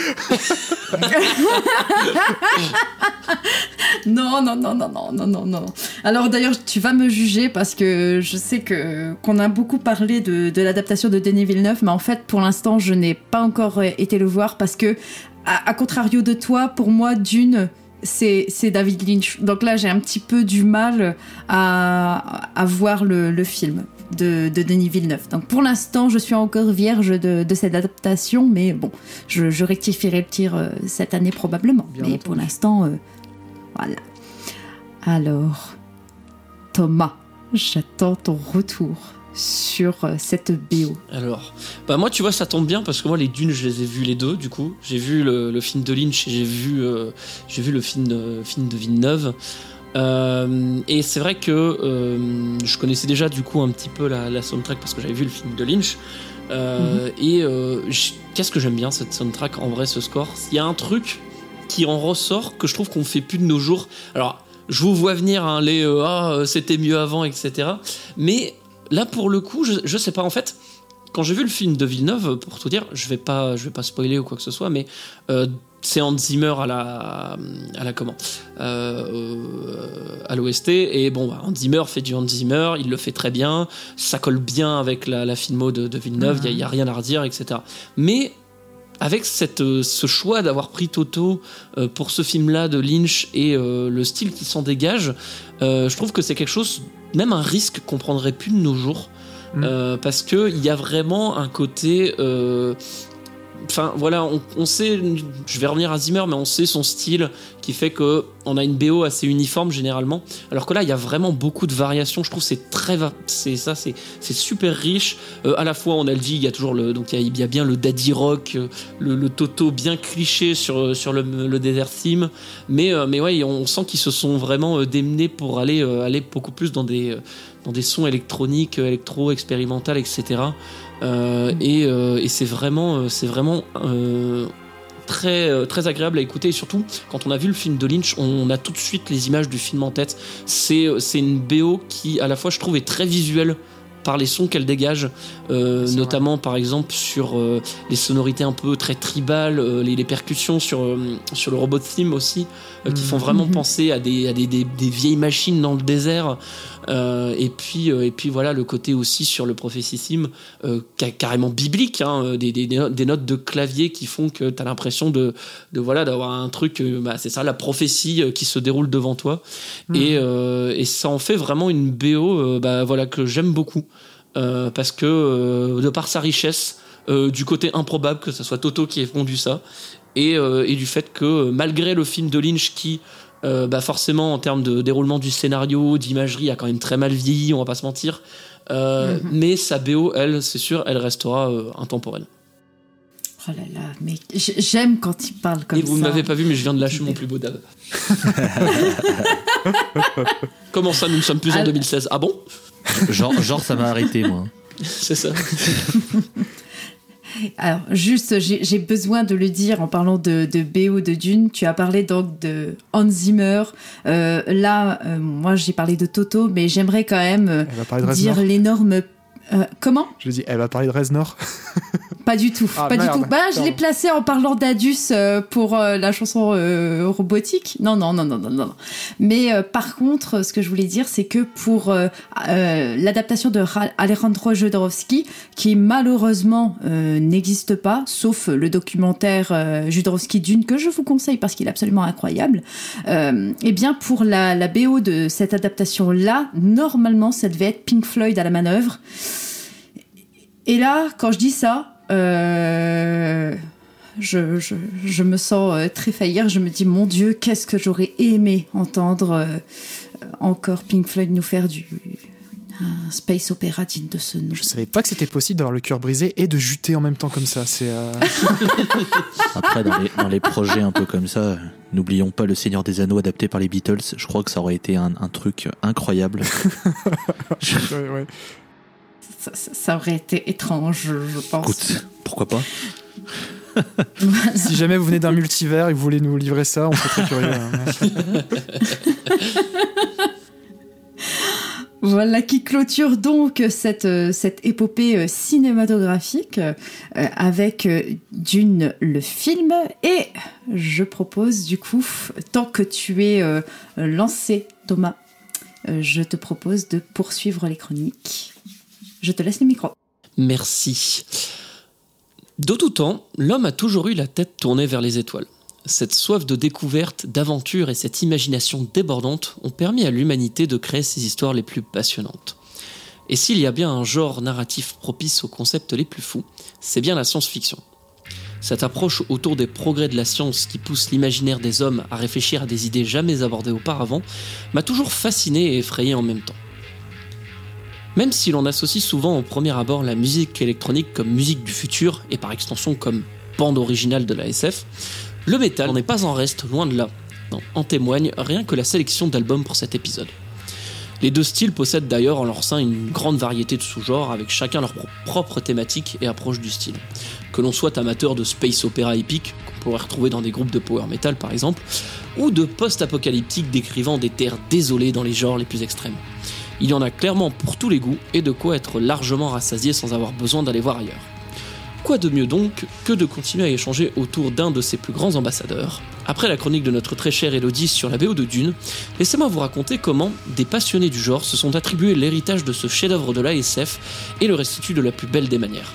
non, non, non, non, non, non, non, non. Alors d'ailleurs, tu vas me juger parce que je sais que qu'on a beaucoup parlé de, de l'adaptation de Denis Villeneuve, mais en fait, pour l'instant, je n'ai pas encore été le voir parce que, à, à contrario de toi, pour moi, Dune. C'est, c'est David Lynch. Donc là, j'ai un petit peu du mal à, à voir le, le film de, de Denis Villeneuve. Donc pour l'instant, je suis encore vierge de, de cette adaptation, mais bon, je, je rectifierai le tir euh, cette année probablement. Bien mais entendu. Pour l'instant, euh, voilà. Alors, Thomas, j'attends ton retour sur cette B O. Alors, bah moi tu vois ça tombe bien parce que moi les Dunes je les ai vus les deux du coup. J'ai vu le, le film de Lynch et j'ai vu, euh, j'ai vu le film de, film de Villeneuve. Euh, et c'est vrai que euh, je connaissais déjà du coup un petit peu la, la soundtrack parce que j'avais vu le film de Lynch. Euh, mm-hmm. Et euh, qu'est-ce que j'aime bien cette soundtrack en vrai, ce score. Il y a un truc qui en ressort que je trouve qu'on fait plus de nos jours. Alors, je vous vois venir hein, les euh, ah c'était mieux avant et cetera. Mais là, pour le coup, je, je sais pas, en fait, quand j'ai vu le film de Villeneuve, pour tout dire, je vais pas, je vais pas spoiler ou quoi que ce soit, mais euh, c'est Hans Zimmer à la, à la comment, euh, à l'O S T, et bon, bah, Hans Zimmer fait du Hans Zimmer, il le fait très bien, ça colle bien avec la, la filmo de, de Villeneuve, il mmh. y, y a rien à redire, et cetera. Mais avec cette, euh, ce choix d'avoir pris Toto euh, pour ce film-là de Lynch et euh, le style qui s'en dégage, euh, je trouve que c'est quelque chose, même un risque qu'on prendrait plus de nos jours, mmh. euh, parce que il y a vraiment un côté, enfin euh, voilà, on, on sait, je vais revenir à Zimmer, mais on sait son style qui fait que on a une B O assez uniforme généralement, alors que là il y a vraiment beaucoup de variations. Je trouve que c'est très, c'est ça, c'est c'est super riche. Euh, à la fois on a le dit, il y a toujours le, donc il y, y a bien le daddy rock, le, le Toto bien cliché sur sur le, le Desert Theme, mais euh, mais ouais, on sent qu'ils se sont vraiment euh, démenés pour aller euh, aller beaucoup plus dans des dans des sons électroniques, électro, expérimental, et cetera. Euh, mmh. Et, euh, et c'est vraiment, c'est vraiment euh, très, très agréable à écouter. Et surtout, quand on a vu le film de Lynch, on a tout de suite les images du film en tête. C'est, c'est une B O qui, à la fois, je trouve, est très visuelle par les sons qu'elle dégage, euh, notamment vrai. Par exemple sur euh, les sonorités un peu très tribales, euh, les, les percussions sur, euh, sur le robot theme aussi, euh, qui mmh. font vraiment mmh. penser à, des, à des, des, des vieilles machines dans le désert. Euh, et, puis, euh, et puis voilà, le côté aussi sur le prophétie theme, euh, carrément biblique, hein, des, des, des notes de clavier qui font que tu as l'impression de, de, voilà, d'avoir un truc, euh, bah, c'est ça, la prophétie euh, qui se déroule devant toi. Mmh. Et, euh, et ça en fait vraiment une B O euh, bah, voilà, que j'aime beaucoup. Euh, parce que euh, de par sa richesse, euh, du côté improbable que ce soit Toto qui ait fondu ça, et, euh, et du fait que malgré le film de Lynch qui euh, bah forcément en termes de déroulement du scénario, d'imagerie a quand même très mal vieilli, on va pas se mentir, euh, mm-hmm. mais sa B O, elle, c'est sûr, elle restera euh, intemporelle. Oh là là, mais j'aime quand il parle comme ça. Et vous ne m'avez pas vu, mais je viens de lâcher mon plus beau dab. Comment ça, nous ne sommes plus en deux mille seize? Ah bon? Genre, genre, ça m'a arrêté, moi. C'est ça. Alors, juste, j'ai, j'ai besoin de le dire en parlant de, de B O de Dune. Tu as parlé donc de Hans Zimmer. Euh, là, euh, moi, j'ai parlé de Toto, mais j'aimerais quand même euh, dire l'énorme... Euh, comment? Je dis, elle va parler de Reznor. Pas du tout, ah, pas merde, du tout. Bah, je l'ai placé en parlant d'Adus euh, pour euh, la chanson euh, robotique. Non, non, non, non, non, non. Mais euh, par contre, ce que je voulais dire, c'est que pour euh, euh, l'adaptation de Ra- Alejandro Jodorowsky, qui malheureusement euh, n'existe pas, sauf le documentaire euh, Jodorowsky Dune, que je vous conseille parce qu'il est absolument incroyable, euh, et bien pour la, la B O de cette adaptation-là, normalement, ça devait être Pink Floyd à la manœuvre. Et là, quand je dis ça, Euh, je, je, je me sens euh, tréfaillir. Je me dis, mon Dieu, qu'est-ce que j'aurais aimé entendre euh, encore Pink Floyd nous faire du un space opéra digne de ce nom. Je savais pas que c'était possible d'avoir le cœur brisé et de juter en même temps comme ça. C'est euh... Après, dans les, dans les projets un peu comme ça, n'oublions pas Le Seigneur des Anneaux adapté par les Beatles. Je crois que ça aurait été un, un truc incroyable. je... ouais, ouais. Ça, ça, ça aurait été étrange, je pense. Écoute, pourquoi pas? Si jamais vous venez d'un multivers et que vous voulez nous livrer ça, on serait très curieux. Hein. Voilà qui clôture donc cette, cette épopée cinématographique euh, avec Dune, le film. Et je propose du coup, tant que tu es euh, lancé, Thomas, euh, je te propose de poursuivre les chroniques. Je te laisse le micro. Merci. De tout temps, l'homme a toujours eu la tête tournée vers les étoiles. Cette soif de découverte, d'aventure et cette imagination débordante ont permis à l'humanité de créer ses histoires les plus passionnantes. Et s'il y a bien un genre narratif propice aux concepts les plus fous, c'est bien la science-fiction. Cette approche autour des progrès de la science qui pousse l'imaginaire des hommes à réfléchir à des idées jamais abordées auparavant m'a toujours fasciné et effrayé en même temps. Même si l'on associe souvent au premier abord la musique électronique comme musique du futur et par extension comme bande originale de la S F, le métal n'est pas en reste, loin de là. En témoigne rien que la sélection d'albums pour cet épisode. Les deux styles possèdent d'ailleurs en leur sein une grande variété de sous-genres avec chacun leur propre thématique et approche du style. Que l'on soit amateur de space opéra épique, qu'on pourrait retrouver dans des groupes de power metal par exemple, ou de post-apocalyptique décrivant des terres désolées dans les genres les plus extrêmes. Il y en a clairement pour tous les goûts et de quoi être largement rassasié sans avoir besoin d'aller voir ailleurs. Quoi de mieux donc que de continuer à échanger autour d'un de ses plus grands ambassadeurs. Après la chronique de notre très chère Elodie sur la B O de Dune, laissez-moi vous raconter comment des passionnés du genre se sont attribués l'héritage de ce chef-d'œuvre de la S F et le restituent de la plus belle des manières.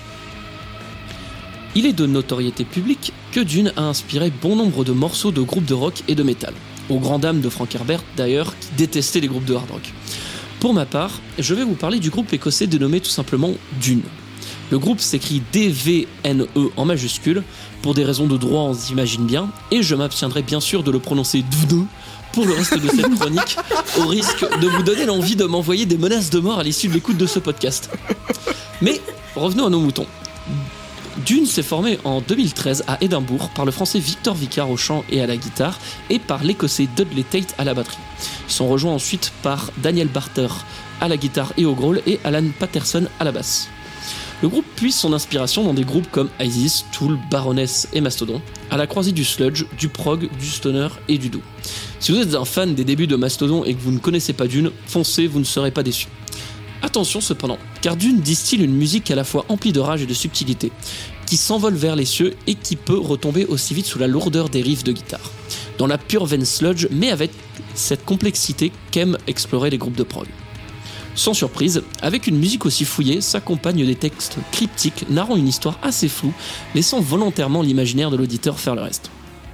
Il est de notoriété publique que Dune a inspiré bon nombre de morceaux de groupes de rock et de métal, aux grandes dames de Frank Herbert d'ailleurs, qui détestait les groupes de hard rock. Pour ma part, je vais vous parler du groupe écossais dénommé tout simplement Dune. Le groupe s'écrit D V N E en majuscule, pour des raisons de droit on s'imagine bien, et je m'abstiendrai bien sûr de le prononcer Dvdou pour le reste de cette chronique, au risque de vous donner l'envie de m'envoyer des menaces de mort à l'issue de l'écoute de ce podcast. Mais revenons à nos moutons. Dune s'est formé en deux mille treize à Édimbourg par le français Victor Vicard au chant et à la guitare et par l'écossais Dudley Tate à la batterie. Ils sont rejoints ensuite par Daniel Barter à la guitare et au growl et Alan Patterson à la basse. Le groupe puise son inspiration dans des groupes comme Isis, Tool, Baroness et Mastodon, à la croisée du sludge, du prog, du stoner et du doom. Si vous êtes un fan des débuts de Mastodon et que vous ne connaissez pas Dune, foncez, vous ne serez pas déçus. Attention cependant, car Dune distille une musique à la fois emplie de rage et de subtilité, qui s'envole vers les cieux et qui peut retomber aussi vite sous la lourdeur des riffs de guitare. Dans la pure veine sludge, mais avec cette complexité qu'aiment explorer les groupes de prog. Sans surprise, avec une musique aussi fouillée, s'accompagnent des textes cryptiques narrant une histoire assez floue, laissant volontairement l'imaginaire de l'auditeur faire le reste.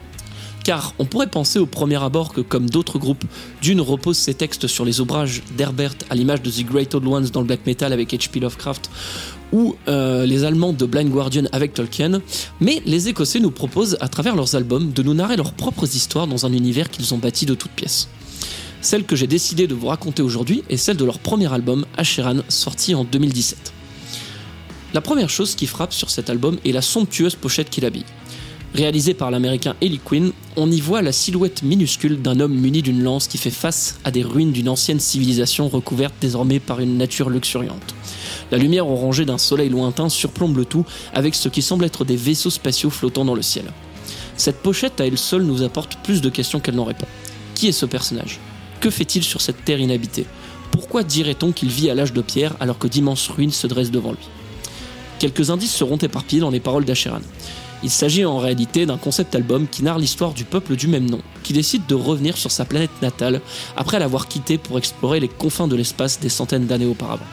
Car on pourrait penser au premier abord que, comme d'autres groupes, Dune repose ses textes sur les ouvrages d'Herbert à l'image de The Great Old Ones dans le black metal avec H P Lovecraft, ou euh, les Allemands de Blind Guardian avec Tolkien, mais les Écossais nous proposent, à travers leurs albums, de nous narrer leurs propres histoires dans un univers qu'ils ont bâti de toutes pièces. Celle que j'ai décidé de vous raconter aujourd'hui est celle de leur premier album, Acheran, sorti en deux mille dix-sept. La première chose qui frappe sur cet album est la somptueuse pochette qui l'habille. Réalisée par l'américain Eli Quinn, on y voit la silhouette minuscule d'un homme muni d'une lance qui fait face à des ruines d'une ancienne civilisation recouverte désormais par une nature luxuriante. La lumière orangée d'un soleil lointain surplombe le tout avec ce qui semble être des vaisseaux spatiaux flottant dans le ciel. Cette pochette à elle seule nous apporte plus de questions qu'elle n'en répond. Qui est ce personnage ? Que fait-il sur cette terre inhabitée ? Pourquoi dirait-on qu'il vit à l'âge de pierre alors que d'immenses ruines se dressent devant lui ? Quelques indices seront éparpillés dans les paroles d'Acheran. Il s'agit en réalité d'un concept album qui narre l'histoire du peuple du même nom, qui décide de revenir sur sa planète natale après l'avoir quittée pour explorer les confins de l'espace des centaines d'années auparavant.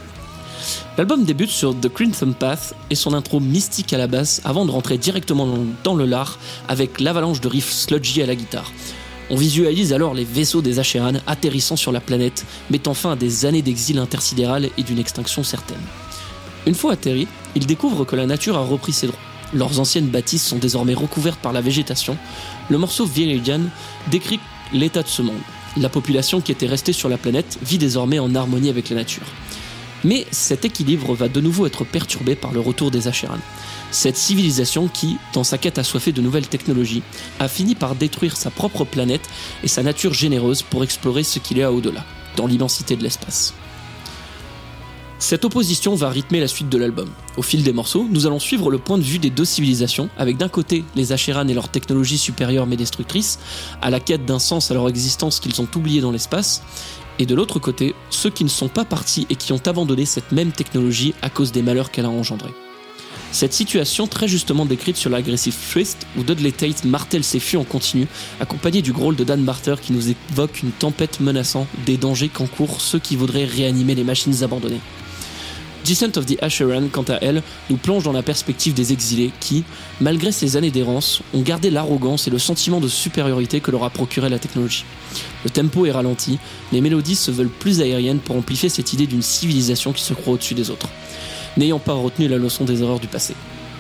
L'album débute sur The Crimson Path et son intro mystique à la basse avant de rentrer directement dans le lard avec l'avalanche de riffs sludgy à la guitare. On visualise alors les vaisseaux des Acheran atterrissant sur la planète, mettant fin à des années d'exil intersidéral et d'une extinction certaine. Une fois atterris, ils découvrent que la nature a repris ses droits. Leurs anciennes bâtisses sont désormais recouvertes par la végétation. Le morceau Viridian décrit l'état de ce monde. La population qui était restée sur la planète vit désormais en harmonie avec la nature. Mais cet équilibre va de nouveau être perturbé par le retour des Acheran. Cette civilisation qui, dans sa quête assoiffée de nouvelles technologies, a fini par détruire sa propre planète et sa nature généreuse pour explorer ce qu'il y a au-delà, dans l'immensité de l'espace. Cette opposition va rythmer la suite de l'album. Au fil des morceaux, nous allons suivre le point de vue des deux civilisations, avec d'un côté les Acheran et leur technologie supérieure mais destructrice, à la quête d'un sens à leur existence qu'ils ont oublié dans l'espace, et de l'autre côté, ceux qui ne sont pas partis et qui ont abandonné cette même technologie à cause des malheurs qu'elle a engendrés. Cette situation très justement décrite sur l'Aggressive Twist où Dudley Tate martèle ses fûts en continu, accompagné du growl de Dan Barter qui nous évoque une tempête menaçant des dangers qu'encourent ceux qui voudraient réanimer les machines abandonnées. Descent of the Acheran, quant à elle, nous plonge dans la perspective des exilés qui, malgré ces années d'errance, ont gardé l'arrogance et le sentiment de supériorité que leur a procuré la technologie. Le tempo est ralenti, les mélodies se veulent plus aériennes pour amplifier cette idée d'une civilisation qui se croit au-dessus des autres, n'ayant pas retenu la leçon des erreurs du passé.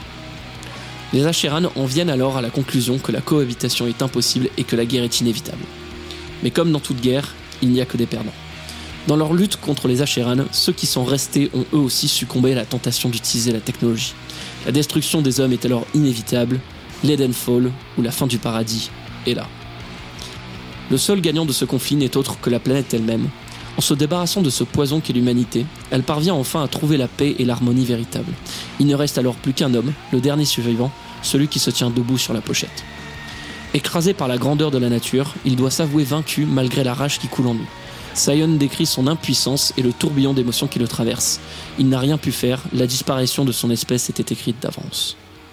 Les Acheran en viennent alors à la conclusion que la cohabitation est impossible et que la guerre est inévitable. Mais comme dans toute guerre, il n'y a que des perdants. Dans leur lutte contre les Acheran, ceux qui sont restés ont eux aussi succombé à la tentation d'utiliser la technologie. La destruction des hommes est alors inévitable, l'Edenfall, ou la fin du paradis, est là. Le seul gagnant de ce conflit n'est autre que la planète elle-même. En se débarrassant de ce poison qu'est l'humanité, elle parvient enfin à trouver la paix et l'harmonie véritable. Il ne reste alors plus qu'un homme, le dernier survivant, celui qui se tient debout sur la pochette. Écrasé par la grandeur de la nature, il doit s'avouer vaincu malgré la rage qui coule en lui. Sion décrit son impuissance et le tourbillon d'émotions qui le traverse. Il n'a rien pu faire, la disparition de son espèce était écrite d'avance.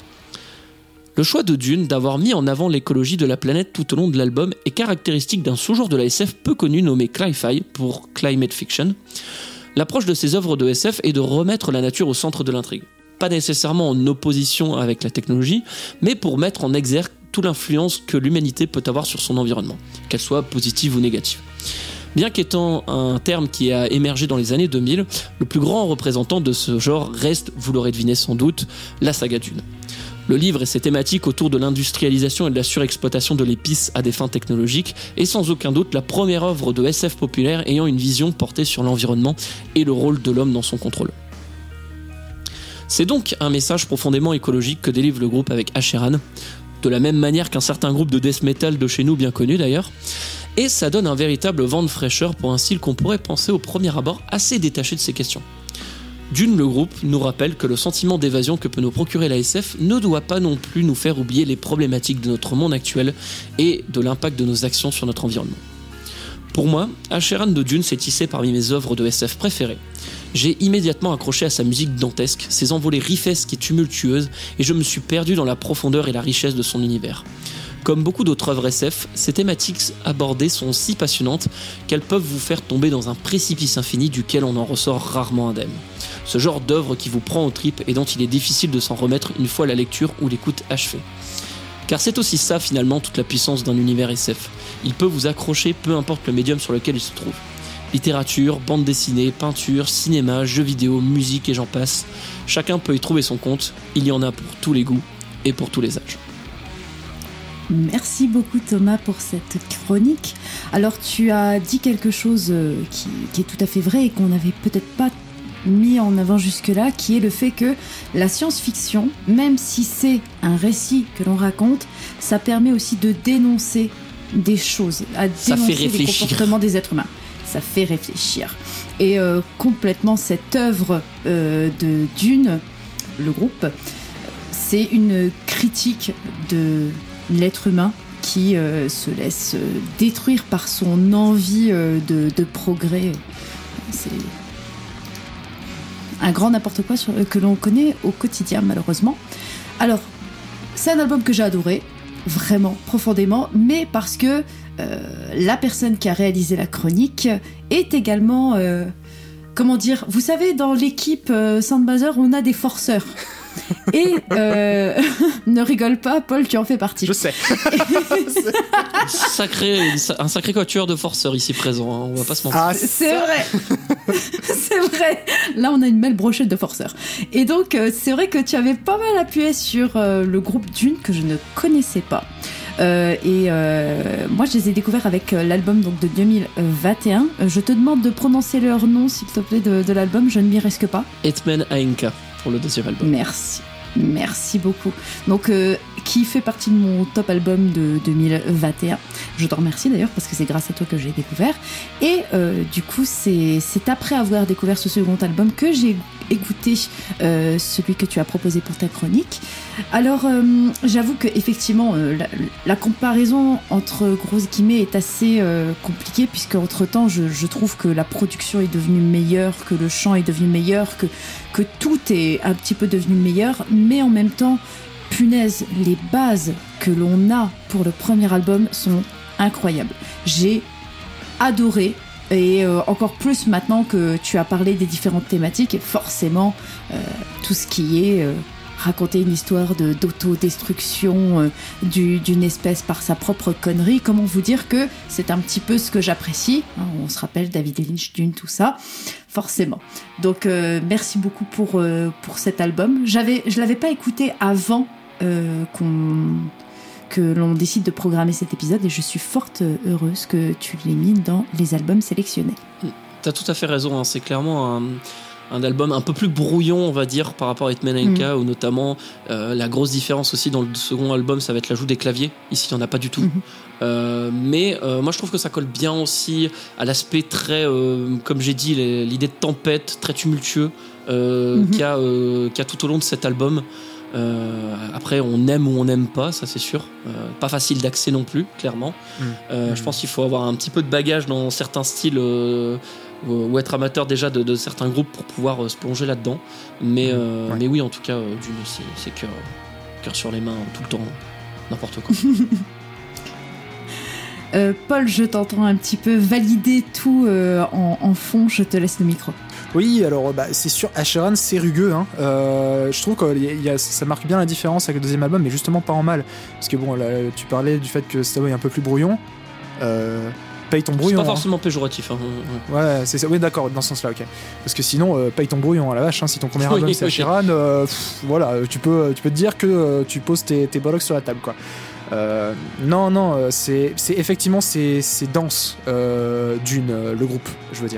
Le choix de Dune d'avoir mis en avant l'écologie de la planète tout au long de l'album est caractéristique d'un sous-genre de la S F peu connu nommé Cli-Fi pour Climate Fiction. L'approche de ces œuvres de S F est de remettre la nature au centre de l'intrigue. Pas nécessairement en opposition avec la technologie, mais pour mettre en exergue toute l'influence que l'humanité peut avoir sur son environnement, qu'elle soit positive ou négative. Bien qu'étant un terme qui a émergé dans les années deux mille, le plus grand représentant de ce genre reste, vous l'aurez deviné sans doute, la saga Dune. Le livre et ses thématiques autour de l'industrialisation et de la surexploitation de l'épice à des fins technologiques est sans aucun doute la première œuvre de S F populaire ayant une vision portée sur l'environnement et le rôle de l'homme dans son contrôle. C'est donc un message profondément écologique que délivre le groupe avec Acheran, de la même manière qu'un certain groupe de death metal de chez nous bien connu d'ailleurs, Et ça donne un véritable vent de fraîcheur pour un style qu'on pourrait penser au premier abord assez détaché de ces questions. Dune, le groupe, nous rappelle que le sentiment d'évasion que peut nous procurer la S F ne doit pas non plus nous faire oublier les problématiques de notre monde actuel et de l'impact de nos actions sur notre environnement. Pour moi, Acheran de Dune s'est tissé parmi mes œuvres de S F préférées. J'ai immédiatement accroché à sa musique dantesque, ses envolées riffesques et tumultueuses, et je me suis perdu dans la profondeur et la richesse de son univers. Comme beaucoup d'autres œuvres S F, ces thématiques abordées sont si passionnantes qu'elles peuvent vous faire tomber dans un précipice infini duquel on en ressort rarement indemne. Ce genre d'œuvre qui vous prend aux tripes et dont il est difficile de s'en remettre une fois la lecture ou l'écoute achevée. Car c'est aussi ça finalement toute la puissance d'un univers S F. Il peut vous accrocher peu importe le médium sur lequel il se trouve. Littérature, bande dessinée, peinture, cinéma, jeux vidéo, musique et j'en passe. Chacun peut y trouver son compte, il y en a pour tous les goûts et pour tous les âges. Merci beaucoup Thomas pour cette chronique. Alors tu as dit quelque chose qui, qui est tout à fait vrai et qu'on n'avait peut-être pas mis en avant jusque-là, qui est le fait que la science-fiction, même si c'est un récit que l'on raconte, ça permet aussi de dénoncer des choses, à dénoncer les comportements des êtres humains. Ça fait réfléchir. Et euh, complètement cette œuvre euh, de Dune, le groupe, c'est une critique de l'être humain qui euh, se laisse euh, détruire par son envie euh, de, de progrès. C'est un grand n'importe quoi sur, euh, que l'on connaît au quotidien, malheureusement. Alors, c'est un album que j'ai adoré, vraiment, profondément, mais parce que euh, la personne qui a réalisé la chronique est également... Euh, comment dire ? Vous savez, dans l'équipe euh, Soundbazer, on a des forceurs. Et euh, ne rigole pas, Paul, tu en fais partie. Je sais. Sacré, un sacré quatuor de forceurs ici présent, hein, on va pas se mentir. Ah, c'est vrai. C'est vrai. Là, on a une belle brochette de forceurs. Et donc, euh, c'est vrai que tu avais pas mal appuyé sur euh, le groupe Dune que je ne connaissais pas. Euh, et euh, moi, je les ai découverts avec euh, l'album donc, de deux mille vingt et un. Euh, je te demande de prononcer leur nom, s'il te plaît, de, de l'album. Je ne m'y risque pas. Hetman Aenka. Pour le deuxième album. Merci, merci beaucoup. Donc, euh, qui fait partie de mon top album de deux mille vingt et un. Je te remercie d'ailleurs parce que c'est grâce à toi que j'ai découvert. Et euh, du coup, c'est, c'est après avoir découvert ce second album que j'ai écouté euh, celui que tu as proposé pour ta chronique. Alors, euh, j'avoue que effectivement, euh, la, la comparaison entre grosses guillemets est assez euh, compliquée puisque entre temps, je, je trouve que la production est devenue meilleure, que le chant est devenu meilleur, que que tout est un petit peu devenu meilleur, mais en même temps, punaise, les bases que l'on a pour le premier album sont incroyables. J'ai adoré. Et euh, encore plus maintenant que tu as parlé des différentes thématiques, et forcément, euh, tout ce qui est euh, raconter une histoire de, d'autodestruction euh, du, d'une espèce par sa propre connerie, comment vous dire que c'est un petit peu ce que j'apprécie. Hein, on se rappelle David Lynch, Dune, tout ça, forcément. Donc euh, merci beaucoup pour, euh, pour cet album. J'avais, je ne l'avais pas écouté avant euh, qu'on... que l'on décide de programmer cet épisode et je suis fort heureuse que tu l'aies mis dans les albums sélectionnés. T'as tout à fait raison, hein. C'est clairement un, un album un peu plus brouillon, on va dire, par rapport à Hetman Aenka, mmh. où notamment euh, la grosse différence aussi dans le second album, ça va être l'ajout des claviers. Ici, il n'y en a pas du tout. Mmh. Euh, mais euh, moi, je trouve que ça colle bien aussi à l'aspect très, euh, comme j'ai dit, les, l'idée de tempête, très tumultueux euh, mmh. qu'il y a, euh, qu'il y a tout au long de cet album. Euh, après, on aime ou on n'aime pas, ça c'est sûr. Euh, pas facile d'accès non plus, clairement. Mmh. Euh, mmh. Je pense qu'il faut avoir un petit peu de bagage dans certains styles euh, ou être amateur déjà de, de certains groupes pour pouvoir euh, se plonger là-dedans. Mais, euh, ouais. mais oui, en tout cas, euh, Dune, c'est, c'est cœur, cœur sur les mains tout le temps, n'importe quoi. euh, Paul, je t'entends un petit peu valider tout euh, en, en fond. Je te laisse le micro. Oui, alors bah, c'est sûr, Acheran, c'est rugueux. Hein. Euh, je trouve que y a, ça marque bien la différence avec le deuxième album, mais justement pas en mal. Parce que bon, là, tu parlais du fait que cet album est un peu plus brouillon. Euh, paye ton brouillon. C'est pas forcément hein. péjoratif. Hein. Ouais, c'est ça. Oui, d'accord, dans ce sens-là, ok. Parce que sinon, euh, paye ton brouillon à la vache. Hein, si ton premier album oui, c'est oui. Acheran, euh, pff, voilà, tu peux, tu peux te dire que euh, tu poses tes, tes bollocks sur la table, quoi. Euh, non, non, c'est, c'est effectivement c'est, c'est dense euh, Dune, euh, le groupe, je veux dire.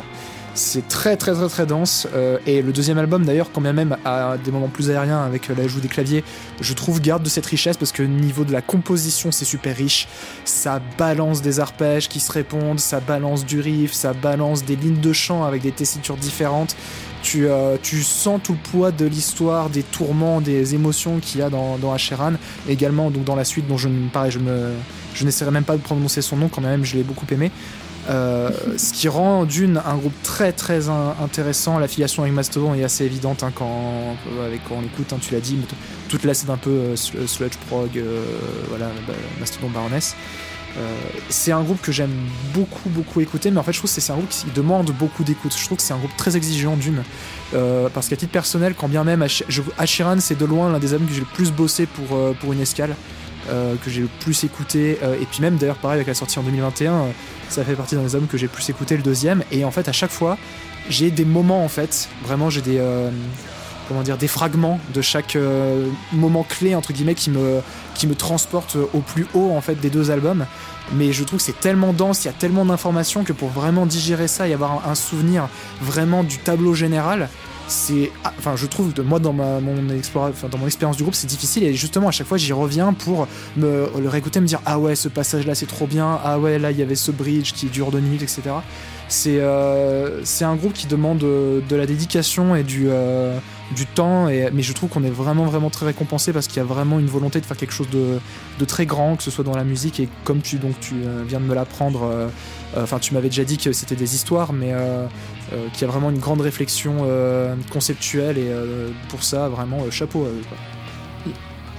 C'est très très très très dense euh, et le deuxième album d'ailleurs, quand bien même à des moments plus aériens avec l'ajout des claviers, je trouve garde de cette richesse parce que au niveau de la composition c'est super riche, ça balance des arpèges qui se répondent, ça balance du riff, ça balance des lignes de chant avec des tessitures différentes. Tu, euh, tu sens tout le poids de l'histoire, des tourments, des émotions qu'il y a dans, dans Asheran, également donc dans la suite dont je ne pareil, je ne je n'essaierai même pas de prononcer son nom quand même, je l'ai beaucoup aimé. Euh, ce qui rend Dune un groupe très très in- intéressant. L'affiliation avec Mastodon est assez évidente hein, quand, avec, quand on l'écoute, hein, tu l'as dit, t- toute la scène un peu euh, sludge prog, euh, voilà, bah, Mastodon Baroness. Euh, c'est un groupe que j'aime beaucoup beaucoup écouter, mais en fait je trouve que c'est un groupe qui demande beaucoup d'écoute. Je trouve que c'est un groupe très exigeant Dune, euh, parce qu'à titre personnel, quand bien même Asheran c'est de loin l'un des albums que j'ai le plus bossé pour, euh, pour une escale. Euh, que j'ai le plus écouté euh, et puis même d'ailleurs pareil avec la sortie en deux mille vingt et un euh, ça fait partie d'un des albums que j'ai le plus écouté, le deuxième, et en fait à chaque fois j'ai des moments en fait vraiment j'ai des euh, comment dire des fragments de chaque euh, moment clé entre guillemets qui me qui me transportent au plus haut en fait des deux albums, mais je trouve que c'est tellement dense, il y a tellement d'informations que pour vraiment digérer ça et avoir un, un souvenir vraiment du tableau général, c'est enfin je trouve que moi dans ma mon explora, enfin, dans mon expérience du groupe c'est difficile, et justement à chaque fois j'y reviens pour me le réécouter, me dire ah ouais ce passage là c'est trop bien, ah ouais là il y avait ce bridge qui dure deux minutes, etc. C'est euh, c'est un groupe qui demande de, de la dédication et du euh, du temps, et mais je trouve qu'on est vraiment vraiment très récompensé parce qu'il y a vraiment une volonté de faire quelque chose de de très grand, que ce soit dans la musique, et comme tu donc tu euh, viens de me l'apprendre, enfin euh, euh, tu m'avais déjà dit que c'était des histoires, mais euh, euh, qu'il y a vraiment une grande réflexion euh, conceptuelle, et euh, pour ça vraiment euh, chapeau à eux, quoi.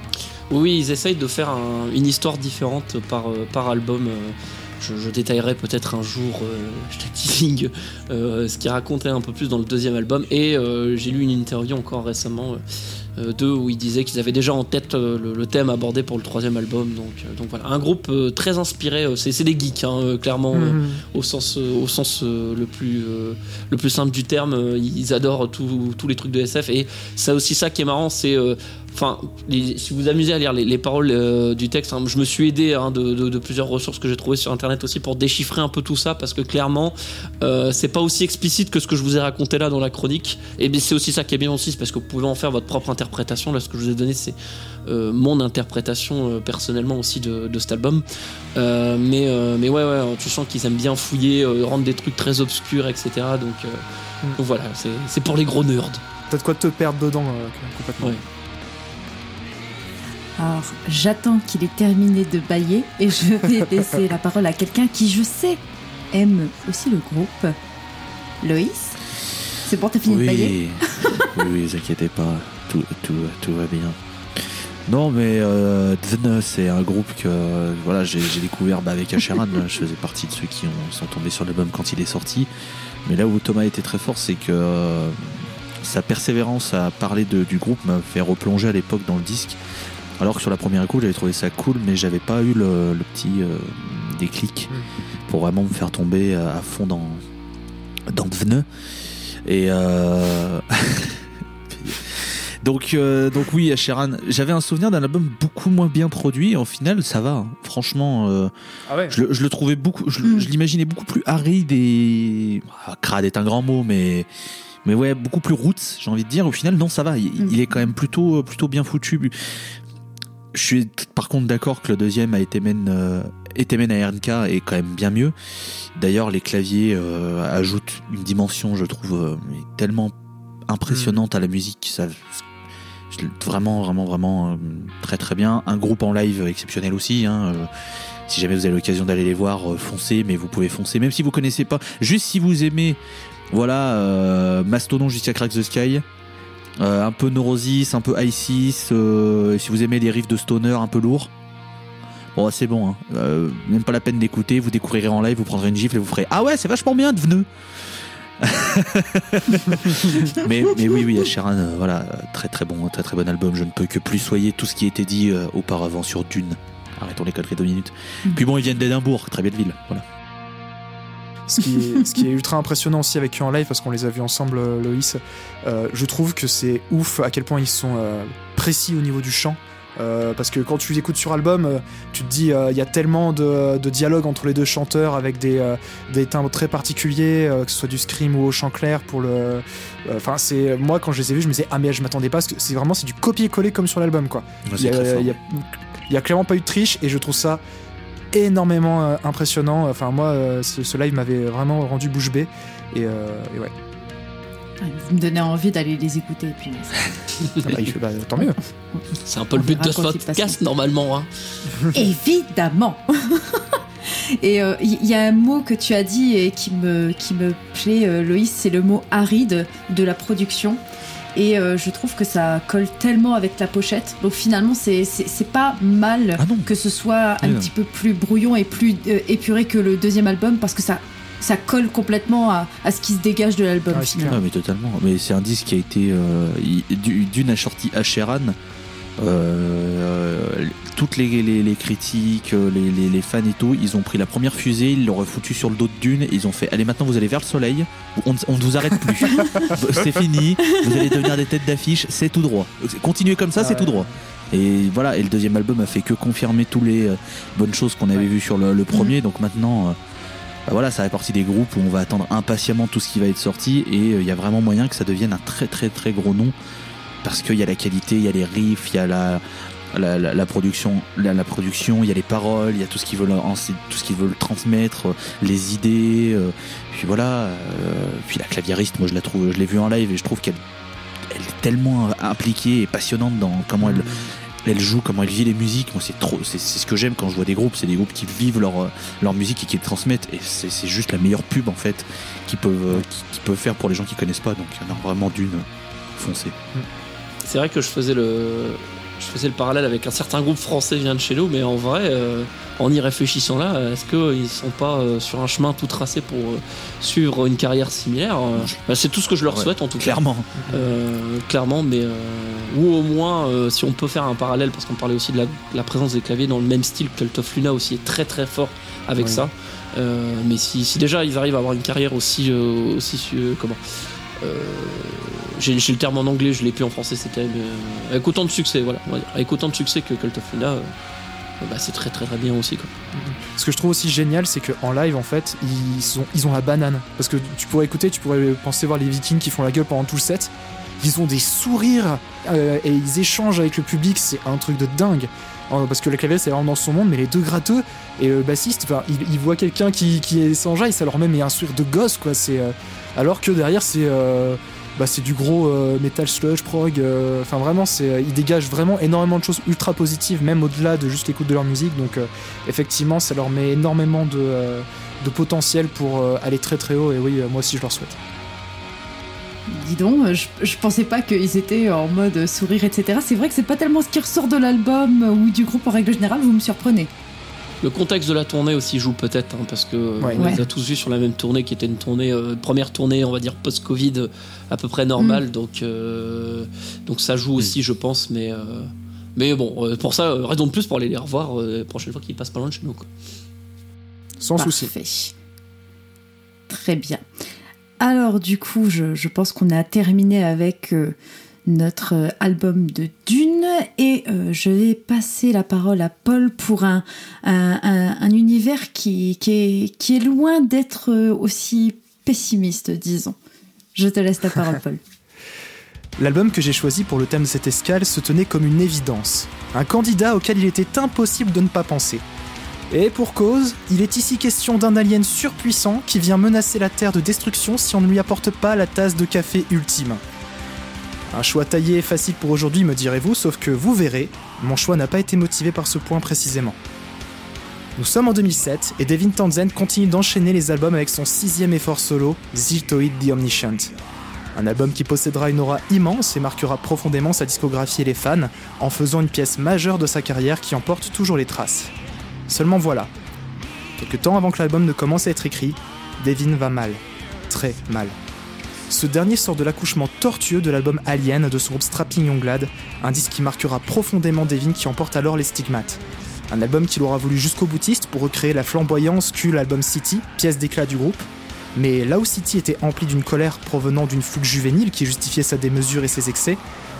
Oui, ils essayent de faire un, une histoire différente par, par album. Je, je détaillerai peut-être un jour, euh, je te teasing, euh, ce qu'ils racontaient un peu plus dans le deuxième album. Et euh, j'ai lu une interview encore récemment euh, d'eux où ils disaient qu'ils avaient déjà en tête euh, le, le thème abordé pour le troisième album. Donc, euh, donc voilà, un groupe euh, très inspiré. Euh, c'est, c'est des geeks, hein, euh, clairement, Mm-hmm. euh, au sens, euh, au sens euh, le, plus, euh, le plus simple du terme. Euh, ils adorent tous les trucs de S F. Et c'est aussi ça qui est marrant, c'est... Euh, Enfin, les, si vous vous amusez à lire les, les paroles euh, du texte, hein, je me suis aidé hein, de, de, de plusieurs ressources que j'ai trouvées sur internet aussi pour déchiffrer un peu tout ça, parce que clairement, euh, c'est pas aussi explicite que ce que je vous ai raconté là dans la chronique. Et bien, c'est aussi ça qui est bien aussi, c'est parce que vous pouvez en faire votre propre interprétation. Là, ce que je vous ai donné, c'est euh, mon interprétation euh, personnellement aussi de, de cet album. Euh, mais, euh, mais ouais, ouais, tu sens qu'ils aiment bien fouiller, euh, rendre des trucs très obscurs, et cetera. Donc, euh, mm. donc voilà, c'est, c'est pour les gros nerds. T'as de quoi te perdre dedans euh, complètement. Ouais. Alors, j'attends qu'il ait terminé de bailler et je vais laisser la parole à quelqu'un qui, je sais, aime aussi le groupe. Loïs, c'est bon, t'as fini oui. de bailler? Oui, oui, vous inquiétez pas, tout, tout, tout va bien. Non, mais euh, Dvn, c'est un groupe que euh, voilà, j'ai, j'ai découvert bah, avec Asheran. Je faisais partie de ceux qui ont, sont tombés sur l'album quand il est sorti. Mais là où Thomas était très fort, c'est que euh, sa persévérance à parler de, du groupe m'a fait replonger à l'époque dans le disque. Alors que sur la première écoute, j'avais trouvé ça cool, mais j'avais pas eu le, le petit euh, déclic pour vraiment me faire tomber à fond dans, dans Dvn. Et euh... donc, euh, donc oui, Asheran, j'avais un souvenir d'un album beaucoup moins bien produit. Et au final, ça va. Hein. Franchement, euh, ah ouais. je, je le trouvais beaucoup, je, mm. je l'imaginais beaucoup plus aride et ah, crade est un grand mot, mais. Mais ouais, beaucoup plus roots, j'ai envie de dire. Au final, non, ça va. Il, mm. il est quand même plutôt, plutôt bien foutu. Je suis par contre d'accord que le deuxième a été men, euh, été men à R N K est quand même bien mieux. D'ailleurs, les claviers euh, ajoutent une dimension, je trouve, euh, tellement impressionnante mmh. à la musique. Ça, vraiment, vraiment, vraiment euh, très très bien. Un groupe en live exceptionnel aussi. Hein, euh, si jamais vous avez l'occasion d'aller les voir, euh, foncez, mais vous pouvez foncer, même si vous connaissez pas. Juste si vous aimez, voilà, euh, Mastodon jusqu'à Crack the Sky. Euh, un peu Neurosis, un peu Isis, euh, si vous aimez les riffs de stoner un peu lourds, bon c'est bon, hein. euh, même pas la peine d'écouter, vous découvrirez en live, vous prendrez une gifle et vous ferez ah ouais c'est vachement bien Dvn. mais, mais oui oui Asheran, euh, voilà, très très bon, très très bon album, je ne peux que plus soyer tout ce qui a été dit euh, auparavant sur Dune. Arrêtons les conneries deux minutes. Mmh. Puis bon, ils viennent d'Édimbourg, très belle ville, voilà. Ce qui, est, ce qui est ultra impressionnant aussi avec eux en live, parce qu'on les a vus ensemble, Loïs, euh, je trouve que c'est ouf à quel point ils sont euh, précis au niveau du chant. Euh, parce que quand tu écoutes sur album, euh, tu te dis il euh, y a tellement de, de dialogues entre les deux chanteurs avec des, euh, des timbres très particuliers, euh, que ce soit du scream ou au chant clair. Pour le, enfin euh, c'est moi quand je les ai vus, je me disais ah mais je m'attendais pas parce que c'est vraiment c'est du copier-coller comme sur l'album quoi. Ouais, Il y, a, y, a, y a clairement pas eu de triche et je trouve ça énormément euh, impressionnant. Enfin moi euh, ce, ce live m'avait vraiment rendu bouche bée et, euh, et ouais. Vous me donnez envie d'aller les écouter. Et puis, ah bah, il fait, bah, tant mieux. C'est un peu le but de ce podcast normalement. Hein. Évidemment. Et il euh, y, y a un mot que tu as dit et qui me, qui me plaît, euh, Loïs, c'est le mot aride de la production. Et euh, je trouve que ça colle tellement avec la pochette. Donc finalement, c'est, c'est, c'est pas mal ah que ce soit un oui, petit non. peu plus brouillon et plus euh, épuré que le deuxième album parce que ça. Ça colle complètement à, à ce qui se dégage de l'album. Ah, finalement. Ah, mais totalement. Mais c'est un disque qui a été euh, d'une sortie à Sheeran. Euh, toutes les, les, les critiques, les, les, les fans et tout, ils ont pris la première fusée, ils l'ont foutu sur le dos de Dune et ils ont fait allez maintenant vous allez vers le soleil, on, on ne vous arrête plus. C'est fini, vous allez devenir des têtes d'affiche, c'est tout droit. Continuez comme ça, ah, c'est ouais. tout droit. Et voilà, et le deuxième album a fait que confirmer toutes les euh, bonnes choses qu'on avait ouais. vues sur le, le premier, mmh. donc maintenant. Euh, Bah voilà, ça fait partie des groupes où on va attendre impatiemment tout ce qui va être sorti et il euh, y a vraiment moyen que ça devienne un très très très gros nom parce qu'il y a la qualité, il y a les riffs, il y a la, la, la, la production, la, la production, il y a les paroles, il y a tout ce qu'ils veulent, tout ce qu'ils veulent transmettre, les idées, euh, puis voilà, euh, puis la claviériste, moi je la trouve, je l'ai vue en live et je trouve qu'elle elle est tellement impliquée et passionnante dans comment elle elle joue, comment elle vit les musiques. Moi c'est trop, c'est, c'est ce que j'aime quand je vois des groupes, c'est des groupes qui vivent leur leur musique et qui le transmettent et c'est, c'est juste la meilleure pub en fait qu'ils peuvent qu'ils, qu'ils peuvent faire pour les gens qui connaissent pas, donc il y en a vraiment d'une foncée. C'est vrai que je faisais le je faisais le parallèle avec un certain groupe français vient de chez nous, mais en vrai, euh, en y réfléchissant là, est-ce qu'ils sont pas euh, sur un chemin tout tracé pour euh, suivre une carrière similaire euh, bah, c'est tout ce que je leur ouais, souhaite en tout clairement. cas. Euh, clairement, mais euh, ou au moins, euh, si on peut faire un parallèle, parce qu'on parlait aussi de la, la présence des claviers dans le même style, Cult of Luna aussi est très très fort avec ouais. ça. Euh, mais si, si déjà ils arrivent à avoir une carrière aussi, euh, aussi euh, comment Euh, j'ai, j'ai le terme en anglais, je l'ai plus en français, c'était euh, avec autant de succès, voilà, on va dire, avec autant de succès que Cult of Luna, euh, bah, c'est très très très bien aussi quoi. Ce que je trouve aussi génial, c'est qu'en live en fait, ils ont, ils ont la banane, parce que tu pourrais écouter, tu pourrais penser voir les Vikings qui font la gueule pendant tout le set, ils ont des sourires euh, et ils échangent avec le public, c'est un truc de dingue. Parce que le clavier c'est vraiment dans son monde, mais les deux gratteux et le bassiste, il, il voit quelqu'un qui, qui est sans jaille, ça leur met mais un sourire de gosse quoi. C'est euh, alors que derrière c'est euh, bah, c'est du gros euh, metal sludge prog. Enfin euh, vraiment c'est euh, ils dégagent vraiment énormément de choses ultra positives, même au-delà de juste l'écoute de leur musique. Donc euh, effectivement ça leur met énormément de euh, de potentiel pour euh, aller très très haut. Et oui, euh, moi aussi je leur souhaite. Dis donc, je, je pensais pas qu'ils étaient en mode sourire, et cetera. C'est vrai que c'est pas tellement ce qui ressort de l'album ou du groupe en règle générale, vous me surprenez. Le contexte de la tournée aussi joue peut-être, hein, parce que ouais. on ouais. les a tous vus sur la même tournée qui était une tournée, euh, première tournée, on va dire post-Covid, à peu près normale, mm. donc, euh, donc ça joue aussi, mm. je pense, mais, euh, mais bon, euh, pour ça, raison de plus pour aller les revoir euh, la prochaine fois qu'ils passent pas loin de chez nous. Quoi. Sans souci. Parfait. Très bien. Alors du coup, je, je pense qu'on a terminé avec euh, notre euh, album de Dune et euh, je vais passer la parole à Paul pour un, un, un, un univers qui, qui, est, qui est loin d'être euh, aussi pessimiste, disons. Je te laisse la parole, Paul. L'album que j'ai choisi pour le thème de cette escale se tenait comme une évidence, un candidat auquel il était impossible de ne pas penser. Et pour cause, il est ici question d'un alien surpuissant qui vient menacer la Terre de destruction si on ne lui apporte pas la tasse de café ultime. Un choix taillé et facile pour aujourd'hui, me direz-vous, sauf que vous verrez, mon choix n'a pas été motivé par ce point précisément. Nous sommes en deux mille sept et Devin Townsend continue d'enchaîner les albums avec son sixième effort solo, Ziltoid the Omniscient. Un album qui possédera une aura immense et marquera profondément sa discographie et les fans, en faisant une pièce majeure de sa carrière qui en porte toujours les traces. Seulement voilà, quelques temps avant que l'album ne commence à être écrit, Devin va mal, très mal. Ce dernier sort de l'accouchement tortueux de l'album Alien de son groupe Strapping Young Lad, un disque qui marquera profondément Devin qui emporte alors les stigmates. Un album qu'il aura voulu jusqu'au boutiste pour recréer la flamboyance qu'eut l'album City, pièce d'éclat du groupe. Mais là où City était empli d'une colère provenant d'une fougue juvénile qui justifiait sa démesure et ses excès,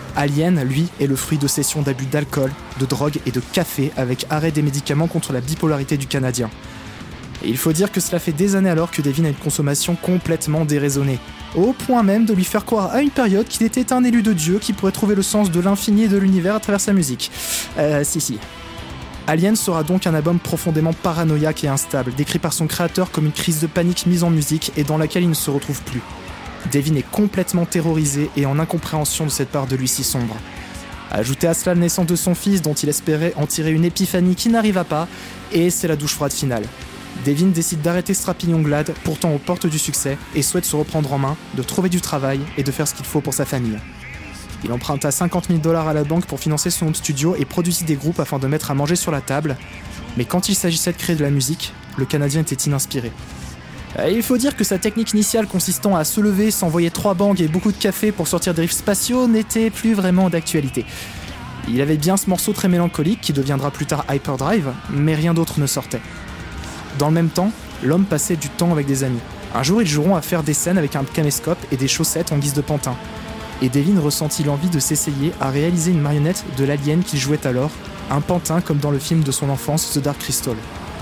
Alien, lui, est le fruit de sessions d'abus d'alcool, de drogue et de café avec arrêt des médicaments contre la bipolarité du Canadien. Et il faut dire que cela fait des années alors que Devin a une consommation complètement déraisonnée, au point même de lui faire croire à une période qu'il était un élu de Dieu qui pourrait trouver le sens de l'infini et de l'univers à travers sa musique. Euh, si si. Alien sera donc un album profondément paranoïaque et instable, décrit par son créateur comme une crise de panique mise en musique et dans laquelle il ne se retrouve plus. Devin est complètement terrorisé et en incompréhension de cette part de lui si sombre. Ajoutez à cela la naissance de son fils dont il espérait en tirer une épiphanie qui n'arriva pas, et c'est la douche froide finale. Devin décide d'arrêter Strapping Young Lad, pourtant aux portes du succès, et souhaite se reprendre en main, de trouver du travail et de faire ce qu'il faut pour sa famille. Il emprunta cinquante mille dollars à la banque pour financer son home studio et produisit des groupes afin de mettre à manger sur la table, mais quand il s'agissait de créer de la musique, le Canadien était ininspiré. Et il faut dire que sa technique initiale consistant à se lever, s'envoyer trois bangs et beaucoup de café pour sortir des riffs spatiaux n'était plus vraiment d'actualité. Il avait bien ce morceau très mélancolique qui deviendra plus tard Hyperdrive, mais rien d'autre ne sortait. Dans le même temps, l'homme passait du temps avec des amis. Un jour, ils joueront à faire des scènes avec un caméscope et des chaussettes en guise de pantin. Et Devin ressentit l'envie de s'essayer à réaliser une marionnette de l'alien qu'il jouait alors, un pantin comme dans le film de son enfance The Dark Crystal.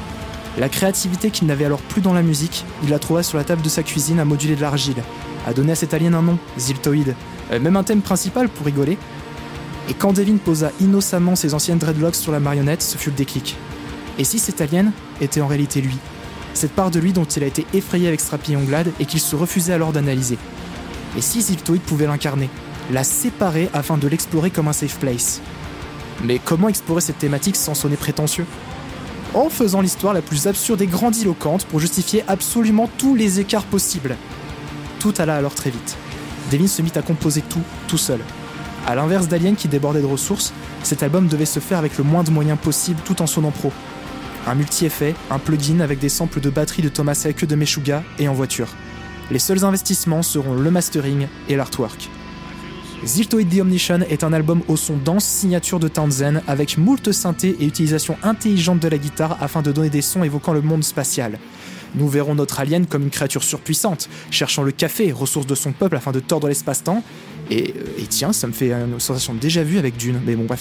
La créativité qu'il n'avait alors plus dans la musique, il la trouva sur la table de sa cuisine à moduler de l'argile, à donner à cet alien un nom, Ziltoid, euh, même un thème principal pour rigoler. Et quand Devin posa innocemment ses anciennes dreadlocks sur la marionnette, ce fut le déclic. Et si cet alien était en réalité lui, cette part de lui dont il a été effrayé avec Strapping Young Lad et qu'il se refusait alors d'analyser. Et si Ziltoid pouvait l'incarner, la séparer afin de l'explorer comme un safe place. Mais comment explorer cette thématique sans sonner prétentieux ? En faisant l'histoire la plus absurde et grandiloquente pour justifier absolument tous les écarts possibles. Tout alla alors très vite. Devin se mit à composer tout, tout seul. À l'inverse d'Alien qui débordait de ressources, cet album devait se faire avec le moins de moyens possible tout en sonnant pro. Un multi-effet, un plugin avec des samples de batterie de Thomas Elke de Meshuggah et en voiture. Les seuls investissements seront le mastering et l'artwork. Ziltoid the Omniscient est un album au son dense signature de Townsend avec moult synthé et utilisation intelligente de la guitare afin de donner des sons évoquant le monde spatial. Nous verrons notre alien comme une créature surpuissante, cherchant le café, ressource de son peuple afin de tordre l'espace-temps. Et, et tiens, ça me fait une sensation déjà vue avec Dune, mais bon bref.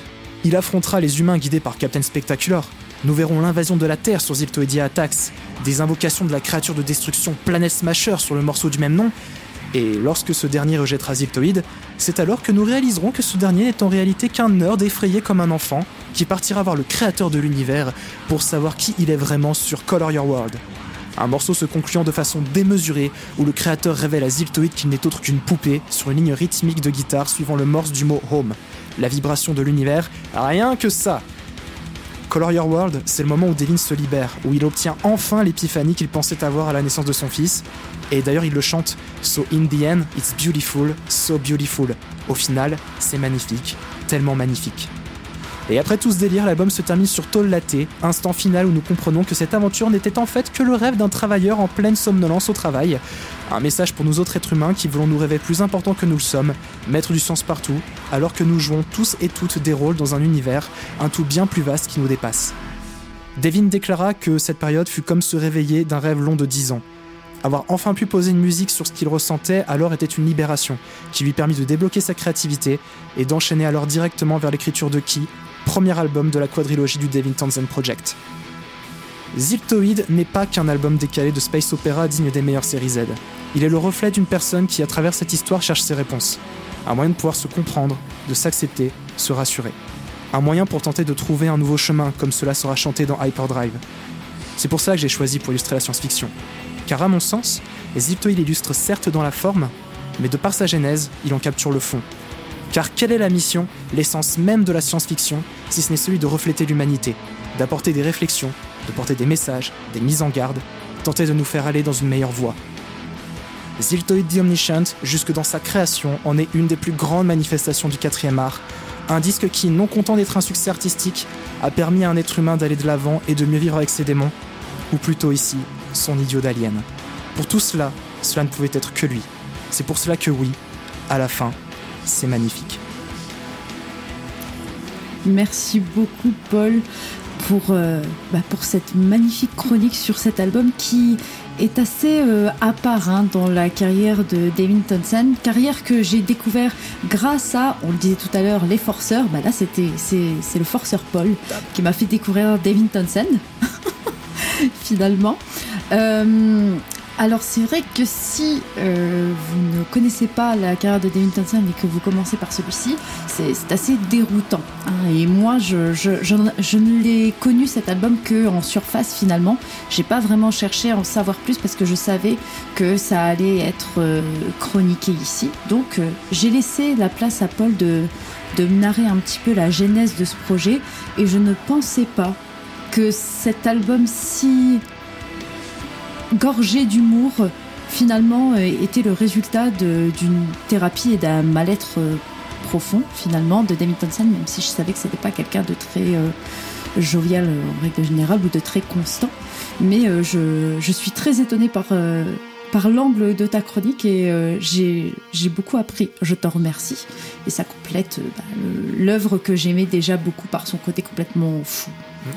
Il affrontera les humains guidés par Captain Spectacular. Nous verrons l'invasion de la Terre sur Ziltoidia Attacks, des invocations de la créature de destruction Planet Smasher sur le morceau du même nom. Et lorsque ce dernier rejettera Ziltoid, c'est alors que nous réaliserons que ce dernier n'est en réalité qu'un nerd effrayé comme un enfant qui partira voir le créateur de l'univers pour savoir qui il est vraiment sur Color Your World. Un morceau se concluant de façon démesurée où le créateur révèle à Ziltoid qu'il n'est autre qu'une poupée sur une ligne rythmique de guitare suivant le morse du mot Home, la vibration de l'univers, rien que ça. Color Your World, c'est le moment où Devin se libère, où il obtient enfin l'épiphanie qu'il pensait avoir à la naissance de son fils. Et d'ailleurs il le chante « So in the end, it's beautiful, so beautiful ». Au final, c'est magnifique, tellement magnifique. Et après tout ce délire, l'album se termine sur Tall Latte, instant final où nous comprenons que cette aventure n'était en fait que le rêve d'un travailleur en pleine somnolence au travail. Un message pour nous autres êtres humains qui voulons nous rêver plus importants que nous le sommes, mettre du sens partout, alors que nous jouons tous et toutes des rôles dans un univers, un tout bien plus vaste qui nous dépasse. Devin déclara que cette période fut comme se réveiller d'un rêve long de dix ans. Avoir enfin pu poser une musique sur ce qu'il ressentait alors était une libération, qui lui permit de débloquer sa créativité et d'enchaîner alors directement vers l'écriture de Key, premier album de la quadrilogie du Devin Townsend Project. Ziltoid n'est pas qu'un album décalé de space opéra digne des meilleures séries Z. Il est le reflet d'une personne qui, à travers cette histoire, cherche ses réponses. Un moyen de pouvoir se comprendre, de s'accepter, se rassurer. Un moyen pour tenter de trouver un nouveau chemin, comme cela sera chanté dans Hyperdrive. C'est pour ça que j'ai choisi pour illustrer la science-fiction. Car à mon sens, Ziltoid illustre certes dans la forme, mais de par sa genèse, il en capture le fond. Car quelle est la mission, l'essence même de la science-fiction, si ce n'est celui de refléter l'humanité, d'apporter des réflexions, de porter des messages, des mises en garde, tenter de nous faire aller dans une meilleure voie. Ziltoid the Omniscient, jusque dans sa création, en est une des plus grandes manifestations du quatrième art, un disque qui, non content d'être un succès artistique, a permis à un être humain d'aller de l'avant et de mieux vivre avec ses démons, ou plutôt ici, son idiot d'alien. Pour tout cela, cela ne pouvait être que lui. C'est pour cela que oui, à la fin, c'est magnifique. Merci beaucoup, Paul. pour, euh, bah, pour cette magnifique chronique sur cet album qui est assez euh, à part hein, dans la carrière de Devin Townsend, carrière que j'ai découvert grâce à, on le disait tout à l'heure, les forceurs. Bah là, c'était, c'est, c'est le forceur Paul qui m'a fait découvrir Devin Townsend, finalement. Euh, alors, c'est vrai que si euh, vous ne connaissez pas la carrière de Devin Townsend et que vous commencez par celui-ci, c'est, c'est assez déroutant. Hein. Et moi, je, je, je, je ne l'ai connu cet album qu'en surface finalement. J'ai pas vraiment cherché à en savoir plus parce que je savais que ça allait être euh, chroniqué ici. Donc, euh, j'ai laissé la place à Paul de, de me narrer un petit peu la genèse de ce projet. Et je ne pensais pas que cet album si gorgé d'humour, finalement, était le résultat de, d'une thérapie et d'un mal-être euh, profond, finalement, de Devin Townsend, même si je savais que c'était pas quelqu'un de très euh, jovial euh, en règle générale ou de très constant. Mais euh, je, je suis très étonnée par, euh, par l'angle de ta chronique et euh, j'ai, j'ai beaucoup appris. Je t'en remercie. Et ça complète euh, bah, le, l'œuvre que j'aimais déjà beaucoup par son côté complètement fou. Mmh.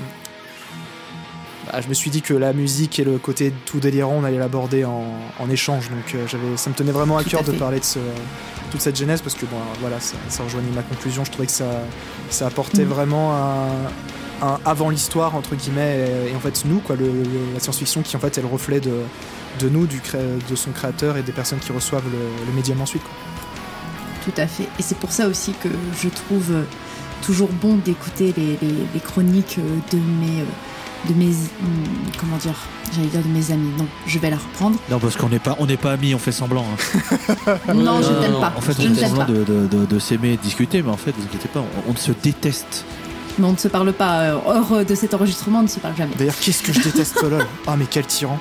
Bah, je me suis dit que la musique et le côté tout délirant, on allait l'aborder en, en échange. Donc euh, j'avais, ça me tenait vraiment à Tout cœur à de fait. parler de ce, toute cette genèse parce que bon, voilà, ça, ça rejoignait ma conclusion. Je trouvais que ça, ça apportait Mm. vraiment un, un avant l'histoire entre guillemets et, et en fait nous quoi, le, le- la science-fiction qui en fait est le reflet de, de nous, du cré, de son créateur et des personnes qui reçoivent le, le médium ensuite. Quoi. Tout à fait. Et c'est pour ça aussi que je trouve euh, toujours bon d'écouter les, les, les chroniques euh, de mes, euh, de mes, hum, comment dire, j'allais dire de mes amis. Non, je vais la reprendre. Non, parce qu'on n'est pas, on n'est pas amis, on fait semblant. hein. Non, je non, t'aime non, pas. En fait, je on ne fait t'aime semblant pas. de, de, de, de s'aimer et de discuter, mais en fait, vous inquiétez pas, on, on se déteste. Mais on ne se parle pas. euh, hors de cet enregistrement, on ne se parle jamais. D'ailleurs, qu'est-ce que je déteste LOL. Ah mais quel tyran.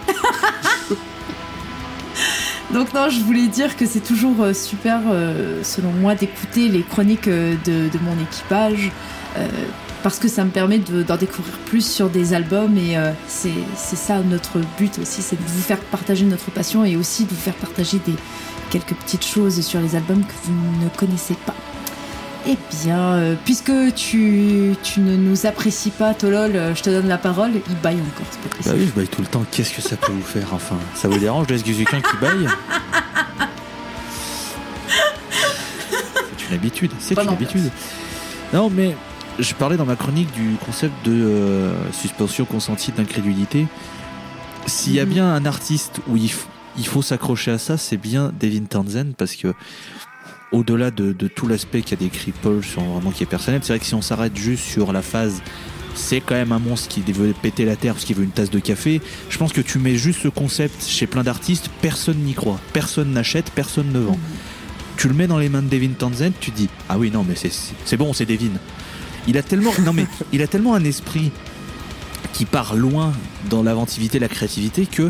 Donc non, je voulais dire que c'est toujours euh, super, euh, selon moi, d'écouter les chroniques euh, de, de mon équipage, euh, parce que ça me permet de, d'en découvrir plus sur des albums, et euh, c'est, c'est ça notre but aussi, c'est de vous faire partager notre passion, et aussi de vous faire partager des, quelques petites choses sur les albums que vous ne connaissez pas. Eh bien, euh, puisque tu, tu ne nous apprécies pas, Tolol, euh, je te donne la parole, il baille encore, c'est pas Bah possible. oui, je baille tout le temps. Qu'est-ce que ça peut vous faire, enfin? Ça vous dérange de laisser quelqu'un qui baille? C'est une habitude, c'est Pas une non habitude. Non, mais je parlais dans ma chronique du concept de euh, suspension consentie d'incrédulité. S'il y a Mhm. bien un artiste où il, f- il faut s'accrocher à ça, c'est bien Devin Townsend, parce que au-delà de, de tout l'aspect qu'a décrit Paul sur vraiment qui est personnel, c'est vrai que si on s'arrête juste sur la phase c'est quand même un monstre qui veut péter la terre parce qu'il veut une tasse de café, je pense que tu mets juste ce concept chez plein d'artistes, personne n'y croit, personne n'achète, personne ne vend. Mhm. Tu le mets dans les mains de Devin Townsend, tu dis ah oui non mais c'est, c'est, c'est bon, c'est Devin. Il a tellement non mais il a tellement un esprit qui part loin dans l'inventivité, la créativité que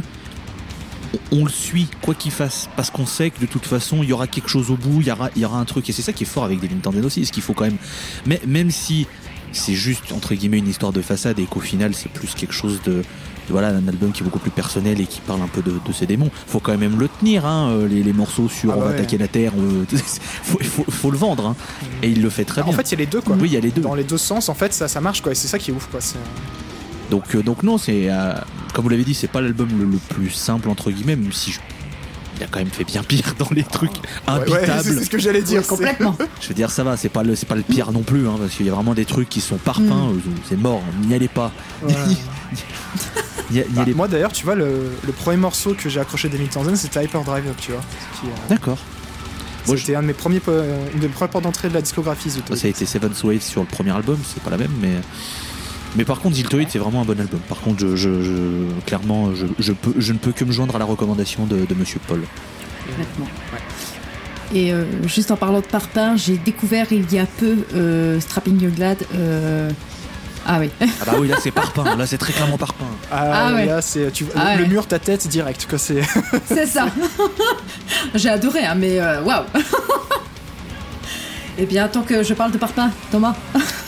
on le suit quoi qu'il fasse parce qu'on sait que de toute façon il y aura quelque chose au bout, il y aura, il y aura un truc, et c'est ça qui est fort avec Devin Townsend aussi, ce qu'il faut quand même, mais même si c'est juste entre guillemets une histoire de façade et qu'au final c'est plus quelque chose de, de voilà, un album qui est beaucoup plus personnel et qui parle un peu de, de ses démons, faut quand même le tenir hein, les, les morceaux sur Ah on bah va ouais. attaquer la terre, euh, faut, faut, faut le vendre hein, et il le fait très En bien. fait, il y a les deux quoi. Oui, il y a les deux. Dans les deux sens, en fait, ça, ça marche quoi. Et c'est ça qui est ouf quoi. C'est... Donc, euh, donc non, c'est euh, comme vous l'avez dit, c'est pas l'album le, le plus simple entre guillemets, même si je- il a quand même fait bien pire dans les trucs Ouais, ouais, imbitables. c'est ce que j'allais dire. Ouais, complètement. Je veux dire, ça va, c'est pas le, c'est pas le pire non plus, hein, parce qu'il y a vraiment des trucs qui sont parpeints, Mm. euh, c'est mort, n'y allez pas. Ouais. N'y a- n'y Bah, allez moi d'ailleurs, tu vois, le, le premier morceau que j'ai accroché d'Emile Townsend, c'était Hyperdrive, tu vois. Qui, euh, D'accord. Moi, c'était un de mes premiers, po- euh, une des premières portes d'entrée de la discographie. The Ça a été Seven's Wave sur le premier album, c'est pas la même, mais. Mais par contre, Ziltoid, c'est vraiment un bon album. Par contre, je, je, je- clairement, je, je, peux, je ne peux que me joindre à la recommandation de, de Monsieur Paul. Complètement. Et euh, juste en parlant de parpaing, j'ai découvert il y a peu euh, Strapping Young Lad. euh, Ah oui. Ah bah oui, là c'est parpaing, là c'est très clairement parpaing. Ah, Ah ouais. là, c'est, tu, Ah le, le ouais. mur, ta tête, direct. Quoi, c'est... C'est ça. J'ai adoré, hein, mais euh, waouh. Eh bien, tant que je parle de parpaing, Thomas.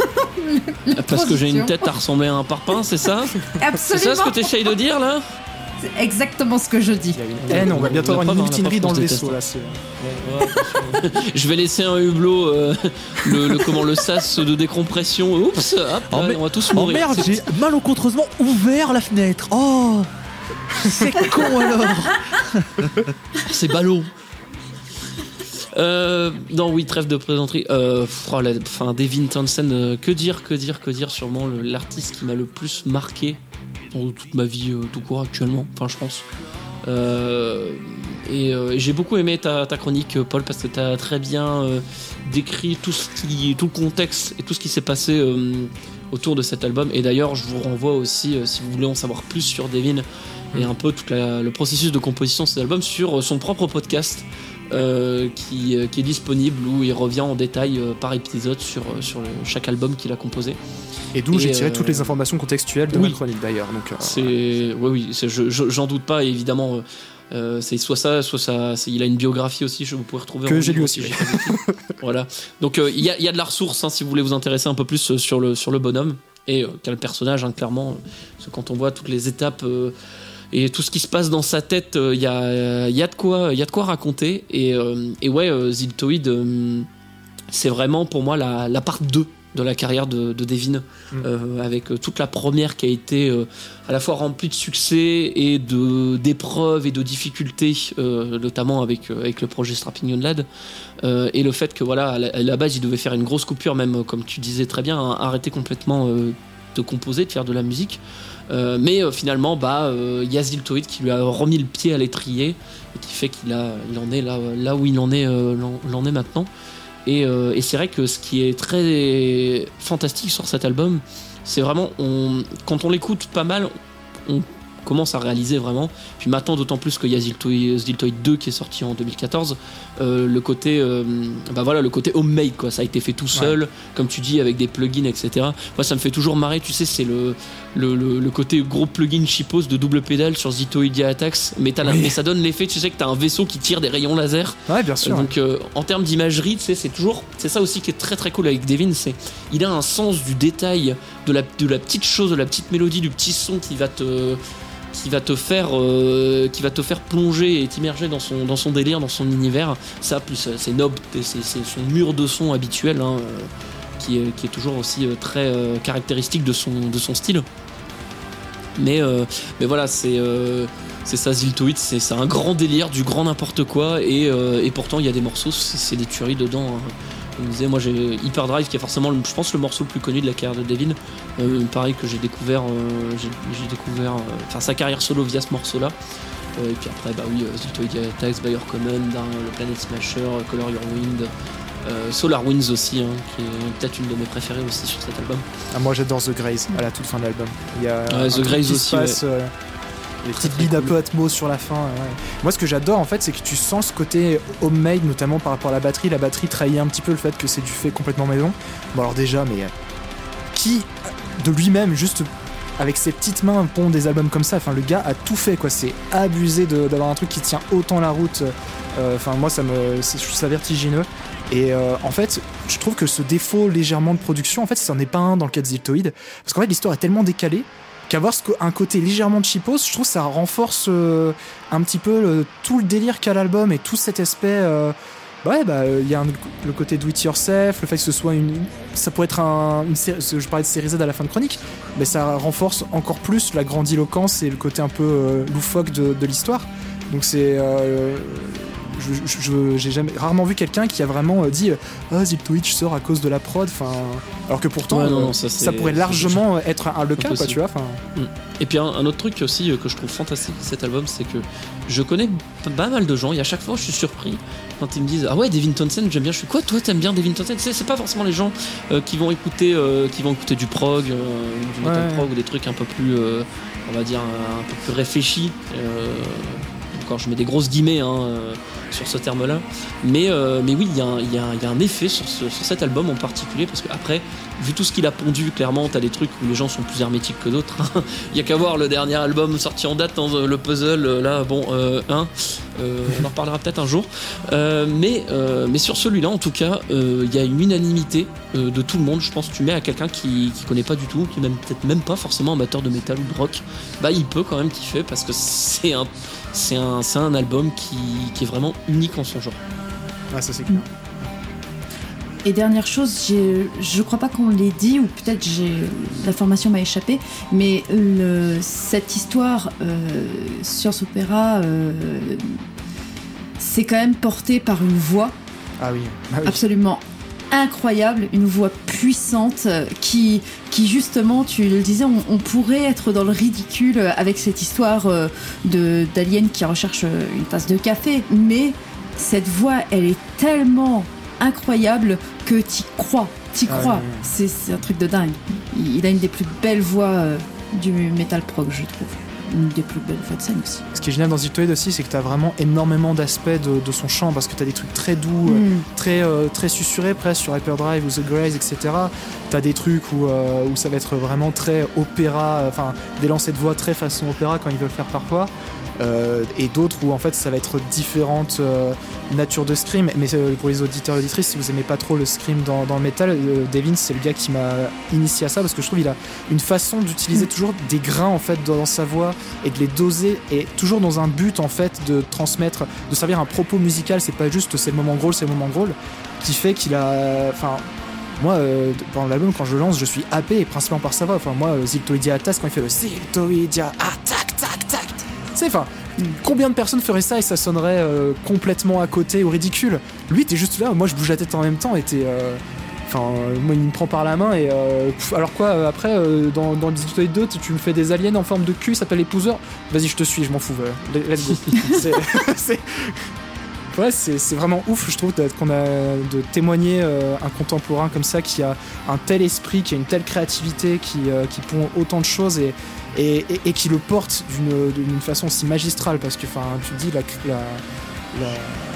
La Parce que j'ai une transition. tête à ressembler à un parpaing, c'est ça? C'est Absolument. ça ce que tu essayes de dire là? C'est exactement ce que je dis. Il y a une haine, on va bientôt avoir une mutinerie dans le vaisseau là. C'est... Ouais, ouais, je vais laisser un hublot, euh, le, le, comment, le sas de décompression. Oups, hop, Oh, là, mais- on va tous Oh mourir. merde, C'est- j'ai malencontreusement ouvert la fenêtre. Oh, c'est con alors. C'est ballot. Euh, non, oui, trêve de plaisanterie. Euh, pff, oh, la, enfin, Devin Townsend, euh, que dire, que dire, que dire. Sûrement le- l'artiste qui m'a le plus marqué dans toute ma vie, euh, tout court actuellement. Enfin, je pense. Euh, et, euh, et j'ai beaucoup aimé ta, ta chronique, Paul, parce que tu as très bien euh, décrit tout ce qui, tout le contexte et tout ce qui s'est passé euh, autour de cet album. Et d'ailleurs, je vous renvoie aussi, euh, si vous voulez en savoir plus sur Devin et un peu tout la, le processus de composition de cet album, sur son propre podcast. Euh, qui, euh, qui est disponible, où il revient en détail euh, par épisode sur, euh, sur le- chaque album qu'il a composé. Et d'où Et, j'ai tiré euh, toutes les informations contextuelles de oui. ma chronique d'ailleurs. Donc, euh, C'est, oui, oui, c'est, je, je- j'en doute pas, évidemment. euh, euh, c'est soit ça, soit ça. C'est, il a une biographie aussi, je vous pouvez retrouver. Que en j'ai livre lu aussi, j'ai pas vu. Voilà. Donc euh, il y, a, il y a de la ressource, hein, si vous voulez vous intéresser un peu plus euh, sur le, sur le bonhomme et euh, quel personnage, hein, clairement. euh, Parce que quand on voit toutes les étapes. Euh, et tout ce qui se passe dans sa tête, il euh, y, a, y, a de quoi, y a de quoi raconter. Et, euh, et ouais, euh, Ziltoid, euh, c'est vraiment pour moi la, la part deux de la carrière de, de Devin, Mm. euh, avec euh, toute la première qui a été euh, à la fois remplie de succès et de, d'épreuves et de difficultés, euh, notamment avec, euh, avec le projet Strapping Young Lad. Euh, et le fait que, voilà, à la, à la base, il devait faire une grosse coupure, même comme tu disais très bien, hein, arrêter complètement euh, de composer, de faire de la musique. Euh, mais euh, finalement, bah, euh, y a Ziltoid qui lui a remis le pied à l'étrier et qui fait qu'il a, il en est là, là où il en est, euh, l'en, l'en est maintenant. Et, euh, et c'est vrai que ce qui est très fantastique sur cet album, c'est vraiment, on, quand on l'écoute pas mal, on commence à réaliser vraiment. Puis maintenant, d'autant plus qu'il y a Ziltoid, Ziltoid deux qui est sorti en deux mille quatorze, euh, le côté, euh, bah voilà, le côté homemade, quoi. Ça a été fait tout seul, comme tu dis, avec des plugins, et cetera. Moi, ça me fait toujours marrer. Tu sais, c'est le le, le, le côté gros plugin cheapos de double pédale sur Ziltoidia Attacks, mais, t'as la- Oui. mais ça donne l'effet, tu sais, que t'as un vaisseau qui tire des rayons laser. Ouais, bien sûr. Donc euh, en termes d'imagerie, tu sais, c'est toujours, c'est ça aussi qui est très très cool avec Devin, c'est il a un sens du détail, de la de la petite chose, de la petite mélodie, du petit son qui va te qui va te faire euh, qui va te faire plonger et t'immerger dans son dans son délire, dans son univers. Ça plus euh, c'est Nob, c'est, c'est son mur de son habituel, hein, euh, qui est qui est toujours aussi euh, très euh, caractéristique de son de son style. Mais euh, mais voilà, c'est euh, c'est ça, Ziltoid, c'est, c'est un grand délire, du grand n'importe quoi, et, euh, et pourtant il y a des morceaux, c'est, c'est des tueries dedans. Hein. Comme je disais, moi j'ai Hyperdrive qui est forcément, le- je pense, le morceau le plus connu de la carrière de Devin. Euh, pareil que j'ai découvert, euh, j'ai, j'ai découvert, euh, enfin sa carrière solo via ce morceau-là. Euh, et puis après, bah oui, euh, Ziltoidia Attacks, By Your Command, hein, le Planet Smasher, Color Your Wind, euh, Solar Winds aussi, hein, qui est peut-être une de mes préférées aussi sur cet album. Ah, moi j'adore The Graze à la toute fin de l'album. Il y a Ouais, un The truc Graze qui aussi, se passe, euh, des petites très bides un cool. peu atmos sur la fin. Ouais. Moi, ce que j'adore en fait, c'est que tu sens ce côté homemade, notamment par rapport à la batterie. La batterie trahit un petit peu le fait que c'est du fait complètement maison. Bon, alors déjà, mais euh, qui de lui-même, juste avec ses petites mains, pond des albums comme ça. Enfin, le gars a tout fait, quoi. C'est abusé de- d'avoir un truc qui tient autant la route. Euh, Enfin, moi, ça me, c'est- je trouve ça vertigineux. Et euh, en fait, je trouve que ce défaut légèrement de production, en fait, c'en est pas un dans le cas de Ziltoid. Parce qu'en fait, l'histoire est tellement décalée qu'avoir ce co- un côté légèrement cheapos, je trouve que ça renforce euh, un petit peu le- tout le délire qu'a l'album et tout cet aspect. Euh, ouais, bah, il y a un- le côté do it yourself, le fait que ce soit une. Ça pourrait être un, une série. Je parlais de série Z à la fin de chronique, mais ça renforce encore plus la grandiloquence et le côté un peu euh, loufoque de, de l'histoire. Donc c'est. Euh, je, je- je- j'ai jamais rarement vu quelqu'un qui a vraiment euh, dit ah Ziltoid sort à cause de la prod, enfin alors que pourtant Ouais, non, euh, non, ça, c'est- ça pourrait c'est- largement être un, un le cas, quoi, impossible. tu vois, enfin. Et puis un, un autre truc aussi euh, que je trouve fantastique de cet album, c'est que je connais p- pas mal de gens et à chaque fois je suis surpris quand ils me disent ah ouais, Devin Townsend j'aime bien. Je suis quoi, toi t'aimes bien Devin Townsend? C'est, c'est pas forcément les gens euh, qui vont écouter euh, qui vont écouter du prog, euh, du metal Ouais. prog ou des trucs un peu plus euh, on va dire un, un peu plus réfléchis. Euh, encore, je mets des grosses guillemets hein, euh, sur ce terme-là. Mais, euh, mais oui, il y, y, y a un effet sur, ce, sur cet album en particulier, parce qu'après, vu tout ce qu'il a pondu, clairement, t'as des trucs où les gens sont plus hermétiques que d'autres. Il y a qu'à voir le dernier album sorti en date, hein, le puzzle, là, bon, euh, hein, euh, on en reparlera peut-être un jour. Euh, mais, euh, mais sur celui-là, en tout cas, il euh, y a une unanimité euh, de tout le monde. Je pense que tu mets à quelqu'un qui, qui connaît pas du tout, qui n'est peut-être même pas forcément amateur de métal ou de rock, bah il peut quand même kiffer parce que c'est un, c'est un, c'est un album qui, qui est vraiment unique en son genre. Ah, ça c'est clair. Et dernière chose, j'ai, je crois pas qu'on l'ait dit, ou peut-être j'ai, l'information m'a échappé, mais le, cette histoire euh, science opéra, euh, c'est quand même porté par une voix Ah oui. Ah oui. absolument incroyable, une voix puissante euh, qui, qui justement, tu le disais, on, on pourrait être dans le ridicule avec cette histoire euh, de, d'alien qui recherche une tasse de café, mais cette voix, elle est tellement incroyable que t'y crois, t'y Ah crois. oui, oui. C'est, c'est un truc de dingue. Il, il a une des plus belles voix euh, du metal prog, je trouve. Une des plus belles voix de scène aussi. Ce qui est génial dans Zitoid aussi, c'est que t'as vraiment énormément d'aspects de, de son chant, parce que t'as des trucs très doux, Mm. euh, très, euh, très susurrés presque sur Hyperdrive ou The Grace, et cetera. T'as des trucs où, euh, où ça va être vraiment très opéra, enfin des lancers de voix très façon opéra quand ils veulent faire parfois. Euh, et d'autres où en fait ça va être différentes euh, natures de scream. Mais euh, pour les auditeurs et auditrices, si vous aimez pas trop le scream dans, dans le métal, euh, Devin c'est le gars qui m'a initié à ça, parce que je trouve qu'il a une façon d'utiliser toujours des grains en fait dans, dans sa voix et de les doser, et toujours dans un but en fait de transmettre, de servir un propos musical. C'est pas juste c'est le moment growl, c'est le moment growl, qui fait qu'il a, enfin moi euh, pendant l'album quand je le lance je suis happé, et principalement par sa voix. Enfin moi euh, Ziltoidia Atas, quand il fait le Ziltoidia attaque tac tac, c'est enfin combien de personnes feraient ça et ça sonnerait euh, complètement à côté ou ridicule. Lui t'es juste là, moi je bouge la tête en même temps et t'es euh, enfin euh, moi il me prend par la main et euh, pff, alors quoi euh, après euh, dans, dans le Ziltoid deux tu, tu me fais des aliens en forme de cul, ça s'appelle les Pouseurs, vas-y je te suis, je m'en fous, euh, let's go. c'est, c'est... Ouais, c'est, c'est vraiment ouf, je trouve, qu'on a de témoigner euh, un contemporain comme ça qui a un tel esprit, qui a une telle créativité, qui, euh, qui pond autant de choses et, et, et, et qui le porte d'une, d'une façon aussi magistrale, parce que tu te dis la, la, la,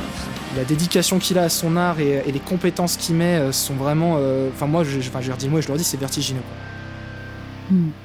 la dédication qu'il a à son art et, et les compétences qu'il met sont vraiment... Enfin euh, moi, je, je, je leur dis moi, je leur dis c'est vertigineux. Quoi. Hmm.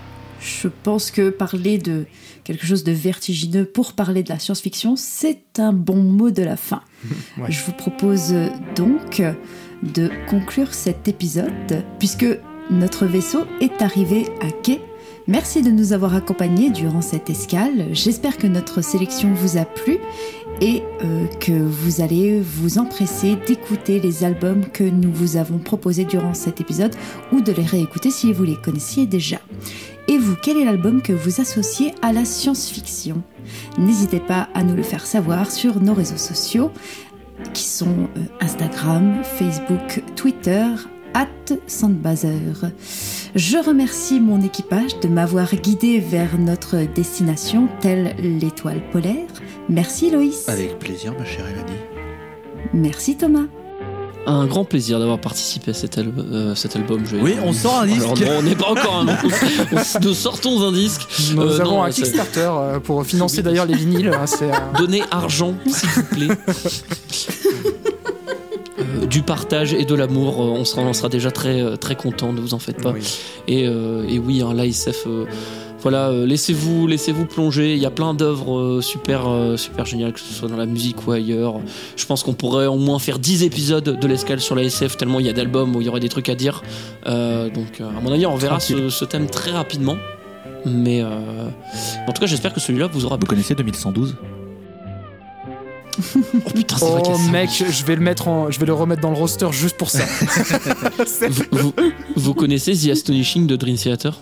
Je pense que parler de quelque chose de vertigineux pour parler de la science-fiction, c'est un bon mot de la fin. Ouais. Je vous propose donc de conclure cet épisode, puisque notre vaisseau est arrivé à quai. Merci de nous avoir accompagnés durant cette escale. J'espère que notre sélection vous a plu et euh, que vous allez vous empresser d'écouter les albums que nous vous avons proposés durant cet épisode, ou de les réécouter si vous les connaissiez déjà. Et vous, quel est l'album que vous associez à la science-fiction ? N'hésitez pas à nous le faire savoir sur nos réseaux sociaux, qui sont euh, Instagram, Facebook, Twitter, at Soundbazer. Je remercie mon équipage de m'avoir guidé vers notre destination, telle l'étoile polaire. Merci Loïs. Avec plaisir, ma chère Elodie. Merci Thomas. Un grand plaisir d'avoir participé à cet, al- euh, cet album. Je vais- Oui, on sort un disque. Alors non, on n'est pas encore un on- Nous sortons un disque. Nous Euh, avons non, un c'est- Kickstarter euh, pour financer d'ailleurs les vinyles. Hein, c'est, euh, Donnez argent, s'il vous plaît. Euh, du partage et de l'amour, euh, on sera, on sera déjà très, euh, très content, ne vous en faites pas. oui. Et, euh, et oui, hein, l'A S F, euh, voilà, euh, laissez-vous, laissez-vous plonger. Il y a plein d'œuvres euh, super, euh, super géniales, que ce soit dans la musique ou ailleurs. Je pense qu'on pourrait au moins faire dix épisodes de l'escale sur l'A S F, tellement il y a d'albums où il y aurait des trucs à dire. Euh, donc, euh, à mon avis, on verra ce, ce thème très rapidement. Mais euh, en tout cas, j'espère que celui-là vous aura Vous plu. connaissez deux mille cent douze ? Oh putain, c'est vrai qu'il y Oh a ça. mec, je vais le mettre en, je vais le remettre dans le roster juste pour ça. C'est- Vous, vous- vous connaissez The Astonishing de Dream Theater?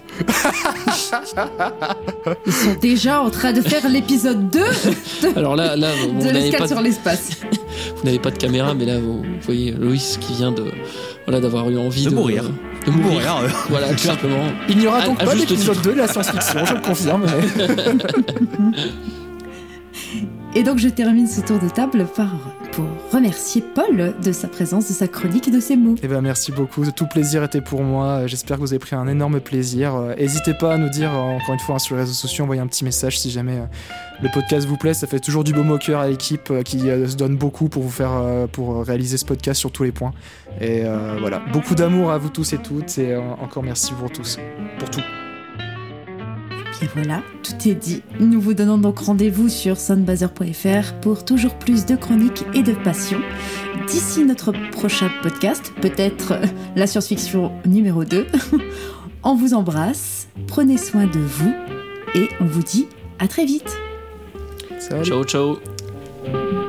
Ils sont déjà en train de faire l'épisode deux Alors là, là vous, de n'avez l'escale pas, sur l'espace. vous n'avez pas de caméra, mais là, vous, vous voyez Loïs qui vient de, voilà, d'avoir eu envie De de, mourir. de mourir. euh. Voilà, tout simplement. Il n'y aura À- donc à pas juste d'épisode titre. deux de la science-fiction, je le confirme. mais- Et donc je termine ce tour de table par pour remercier Paul de sa présence, de sa chronique et de ses mots. Eh ben, merci beaucoup, tout plaisir était pour moi. J'espère que vous avez pris un énorme plaisir. N'hésitez pas à nous dire, encore une fois, hein, sur les réseaux sociaux, envoyer un petit message si jamais euh, le podcast vous plaît. Ça fait toujours du baume au cœur à l'équipe euh, qui euh, se donne beaucoup pour vous faire, euh, pour réaliser ce podcast sur tous les points. Et euh, voilà, beaucoup d'amour à vous tous et toutes. Et euh, encore merci pour tous, pour tout. Et voilà, tout est dit. Nous vous donnons donc rendez-vous sur soundbazer point f r pour toujours plus de chroniques et de passion. D'ici notre prochain podcast, peut-être euh, la science-fiction numéro deux, on vous embrasse, prenez soin de vous et on vous dit à très vite. Salut. Ciao, ciao.